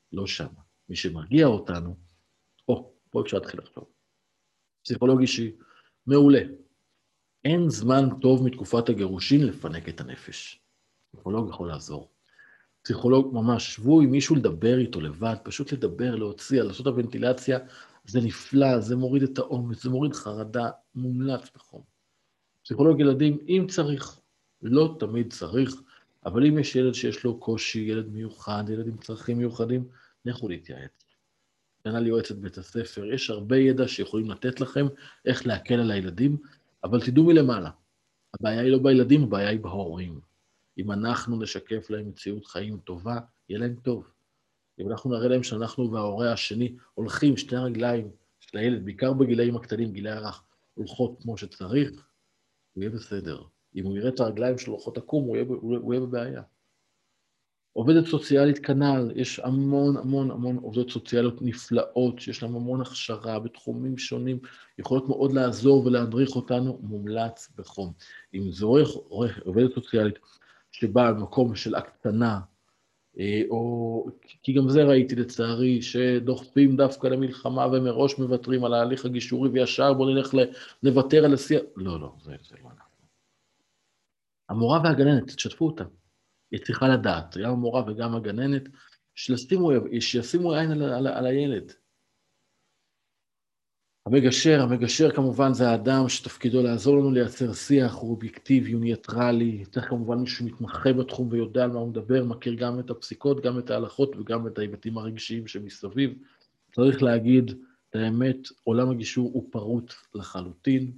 לא שם. מי שמרגיע אותנו, פה אפשר להתחיל לחשוב. פסיכולוג אישי, מעולה. אין זמן טוב מתקופת הגירושין לפנק את הנפש. פסיכולוג יכול לעזור. פסיכולוג ממש, שבו עם מישהו לדבר איתו לבד, פשוט לדבר, להוציא, לעשות הוונטילציה, זה נפלא, זה מוריד את העומס, זה מוריד חרדה, מומלץ בחום. פסיכולוג ילדים, אם צריך, לא תמיד צריך, אבל אם יש ילד שיש לו קושי, ילד מיוחד, ילד עם צרכים מיוחדים, לכו להתייעץ. כנ"ל ליועצת בית הספר, יש הרבה ידע שיכולים לתת לכם איך להקל על הילדים, אבל תדעו מלמעלה. הבעיה היא לא בילדים, הבעיה היא בהורים. אם אנחנו נשקף להם מציאות חיים טובה, יהיה להם טוב. אם אנחנו נראה להם שאנחנו וההורה השני הולכים שתי רגליים של הילד, בעיקר בגילאים הקטנים, גילי הרך, הולכות כמו שצריך, הוא יהיה בסדר. אם הוא יראה את הרגליים שלו הולכות לקום, הוא יהיה בבעיה. עובדת סוציאלית כנ"ל, יש המון עובדות סוציאליות נפלאות, שיש להם המון הכשרה בתחומים שונים, יכולות מאוד לעזור ולהדריך אותנו, מומלץ בחום. אם זו עובדת סוציאלית שבאה במקום של הקטנה, או כי גם זה ראיתי לצערי, שדוחפים דווקא למלחמה ומראש מוותרים על ההליך הגישורי, וישר בוא נלך לוותר על השיח. לא, זה לא אנחנו. המורה והגננת, תשתפו אותה. היא צריכה לדעת, גם המורה וגם הגננת, שישימו עין על הילד. המגשר כמובן זה האדם שתפקידו לעזור לנו לייצר שיח, הוא אובייקטיבי, הוא ניטרלי, צריך כמובן מישהו מתמחה בתחום ויודע על מה הוא מדבר, מכיר גם את הפסיקות, גם את ההלכות וגם את ההיבטים הרגשיים שמסביב. צריך להגיד, את האמת, עולם הגישור הוא פרוץ לחלוטין.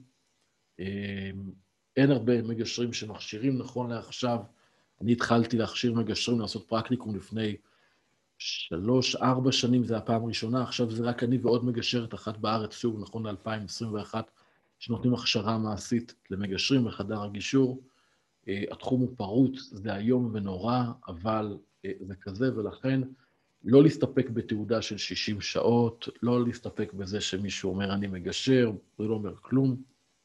אין הרבה מגשרים שמכשירים נכון לעכשיו. אני התחלתי להכשיר מגשרים, לעשות פרקטיקום לפני 3-4 שנים, זה הפעם הראשונה, עכשיו זה רק אני ועוד מגשרת אחת בארץ, שוב, נכון ל-2021, שנותנים הכשרה מעשית למגשרים בחדר הגישור. התחום הוא פרוץ, זה היום ונורא, אבל זה כזה, ולכן לא להסתפק בתעודה של 60 שעות, לא להסתפק בזה שמישהו אומר אני מגשר, זה לא אומר כלום.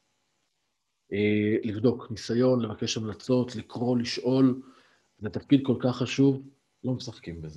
לבדוק ניסיון, לבקש המלצות, לקרוא, לשאול, זה תפקיד כל כך חשוב, לא משחקים בזה.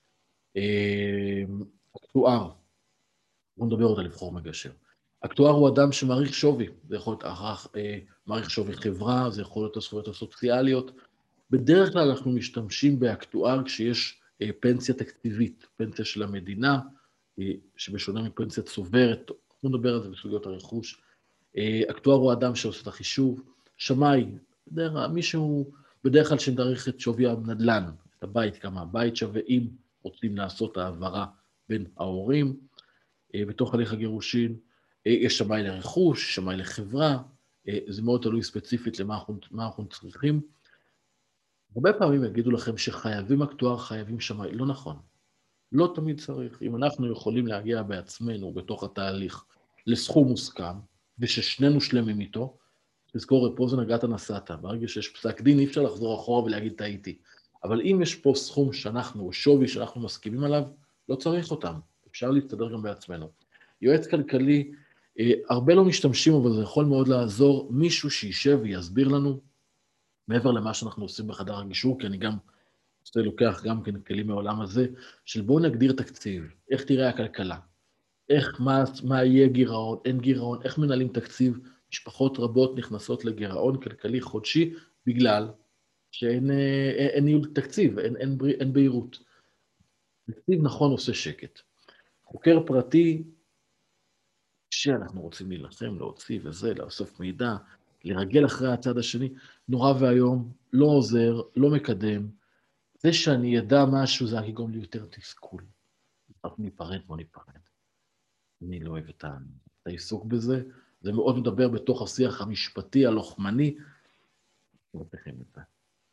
אקטואר, בואו נדבר אותה לבחור מגשר. אקטואר הוא אדם שמעריך שווי, זה יכול להיות מעריך שווי חברה, זה יכול להיות הזכויות הסוציאליות. בדרך כלל אנחנו משתמשים באקטואר כשיש פנסיה תקציבית, פנסיה של המדינה, שבשונה מפנסיה צוברת, אנחנו נדבר על זה בסוגיות הרכוש. אקטואר הוא אדם שעושה את החישוב, שמאי, מישהו בדרך כלל שמדריך את שווי הנדל"ן, את הבית, כמה הבית שווה, אם רוצים לעשות העברה בין ההורים, בתוך הליך הגירושין, יש שמאי לרכוש, שמאי לחברה, זה מאוד תלוי ספציפית למה אנחנו צריכים. הרבה פעמים יגידו לכם שחייבים אקטואר, חייבים שמאי, לא נכון. לא תמיד צריך. אם אנחנו יכולים להגיע בעצמנו בתוך התהליך לסכום מוסכם, וששנינו שלמים איתו, תזכור, פה זה נגעת נסעת. ברגע שיש פסק דין, אי אפשר לחזור אחורה ולהגיד טעיתי. אבל אם יש פה סכום שאנחנו, או שווי שאנחנו מסכימים עליו, לא צריך אותם. אפשר להסתדר גם בעצמנו. יועץ כלכלי, הרבה לא משתמשים, אבל זה יכול מאוד לעזור. מישהו שישב ויסביר לנו, מעבר למה שאנחנו עושים בחדר הגישור, כי אני גם לוקח גם כן כלים מהעולם הזה, של בואו נגדיר תקציב, איך תראה הכלכלה, מה יהיה גירעון, אין גירעון, איך מנהלים תקציב. משפחות רבות נכנסות לגירעון כלכלי חודשי, בגלל שאין ניהול תקציב, אין בהירות. תקציב נכון עושה שקט. חוקר פרטי, שאנחנו רוצים להילחם, להוציא וזה, לאסוף מידע, לרגל אחרי הצד השני, נורא והיום, לא עוזר, לא מקדם. זה שאני ידע משהו, זה יגרום לי יותר תסכול. אנחנו ניפרד, בוא ניפרד. אני לא אוהב את העיסוק בזה, זה מאוד מדבר בתוך השיח המשפטי, הלוחמני, נתחיל את זה.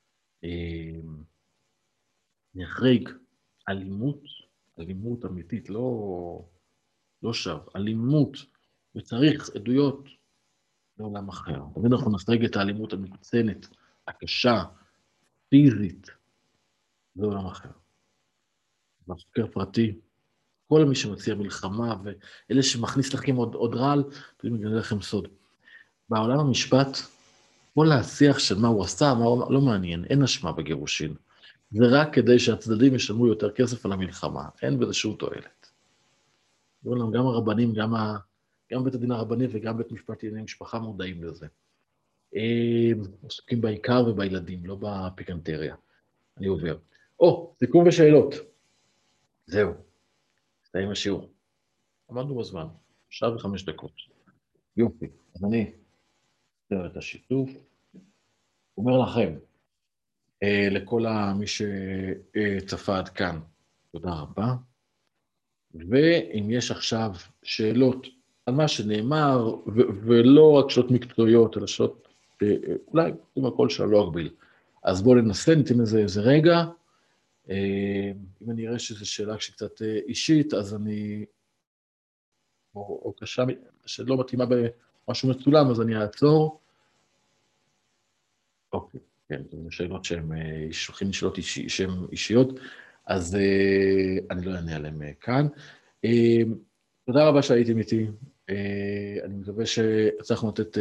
נחריג, אלימות אמיתית, לא שו, אלימות, וצריך עדויות לעולם אחר. תמיד אנחנו נסרג את האלימות המקצנת, הקשה, פיזית, זה עולם אחר. בחוקר פרטי, כל מי שמציע מלחמה, ואלה שמכניס לכם עוד רעל, תמיד מגלה לכם סוד. בעולם המשפט, כל השיח של מה הוא עשה, לא מעניין, אין אשמה בגירושין. זה רק כדי שהצדדים ישלמו יותר כסף על המלחמה, אין בזה שום תועלת. גם הרבנים, גם בית הדין הרבני וגם בית משפט לענייני משפחה מודעים לזה. עוסקים בעיקר ובילדים, לא בפיקנטריה. אני עובר. סיכום ושאלות. זהו, הסתיים השיעור. עמדנו בזמן, 1:05. יופי, אז אני אתאר את השיתוף. אומר לכם, לכל מי שצפה עד כאן, תודה רבה. ואם יש עכשיו שאלות על מה שנאמר, ולא רק שאלות מקצועיות, אלא שאלות, אולי עם הכל שלא אגביל. אז בואו ננסה, ניתן לזה איזה רגע. אם אני אראה שזו שאלה שקצת אישית, אז אני, או קשה, שלא מתאימה במשהו מצולם, אז אני אעצור. אוקיי, כן, זה שאלות שהן שולחים שאלות שהן אישיות, אז אני לא אענה עליהן כאן. תודה רבה שהייתם איתי. אני מקווה שהצלחנו לתת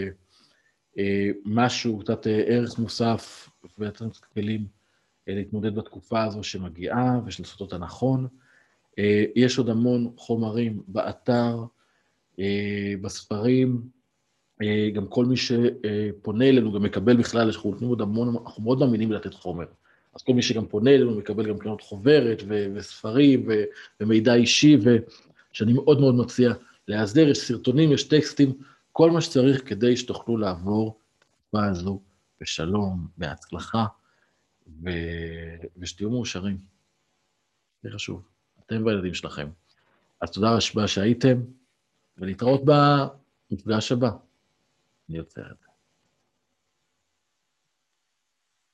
משהו, קצת ערך מוסף, ולתת קצת כלים להתמודד בתקופה הזו שמגיעה, ושלעשות אותה נכון. יש עוד המון חומרים באתר, בספרים, גם כל מי שפונה אלינו גם מקבל בכלל, אנחנו נותנים עוד המון, אנחנו מאוד מאמינים לתת חומר. אז כל מי שגם פונה אלינו מקבל גם קנות חוברת וספרים ומידע אישי, שאני מאוד מאוד מציע להסדר, יש סרטונים, יש טקסטים, כל מה שצריך כדי שתוכלו לעבור את התקופה הזו בשלום, בהצלחה, ושתהיו מאושרים. זה חשוב, אתם והילדים שלכם. אז תודה רבה שהייתם, ולהתראות במפגש הבא. אני יוצא את זה.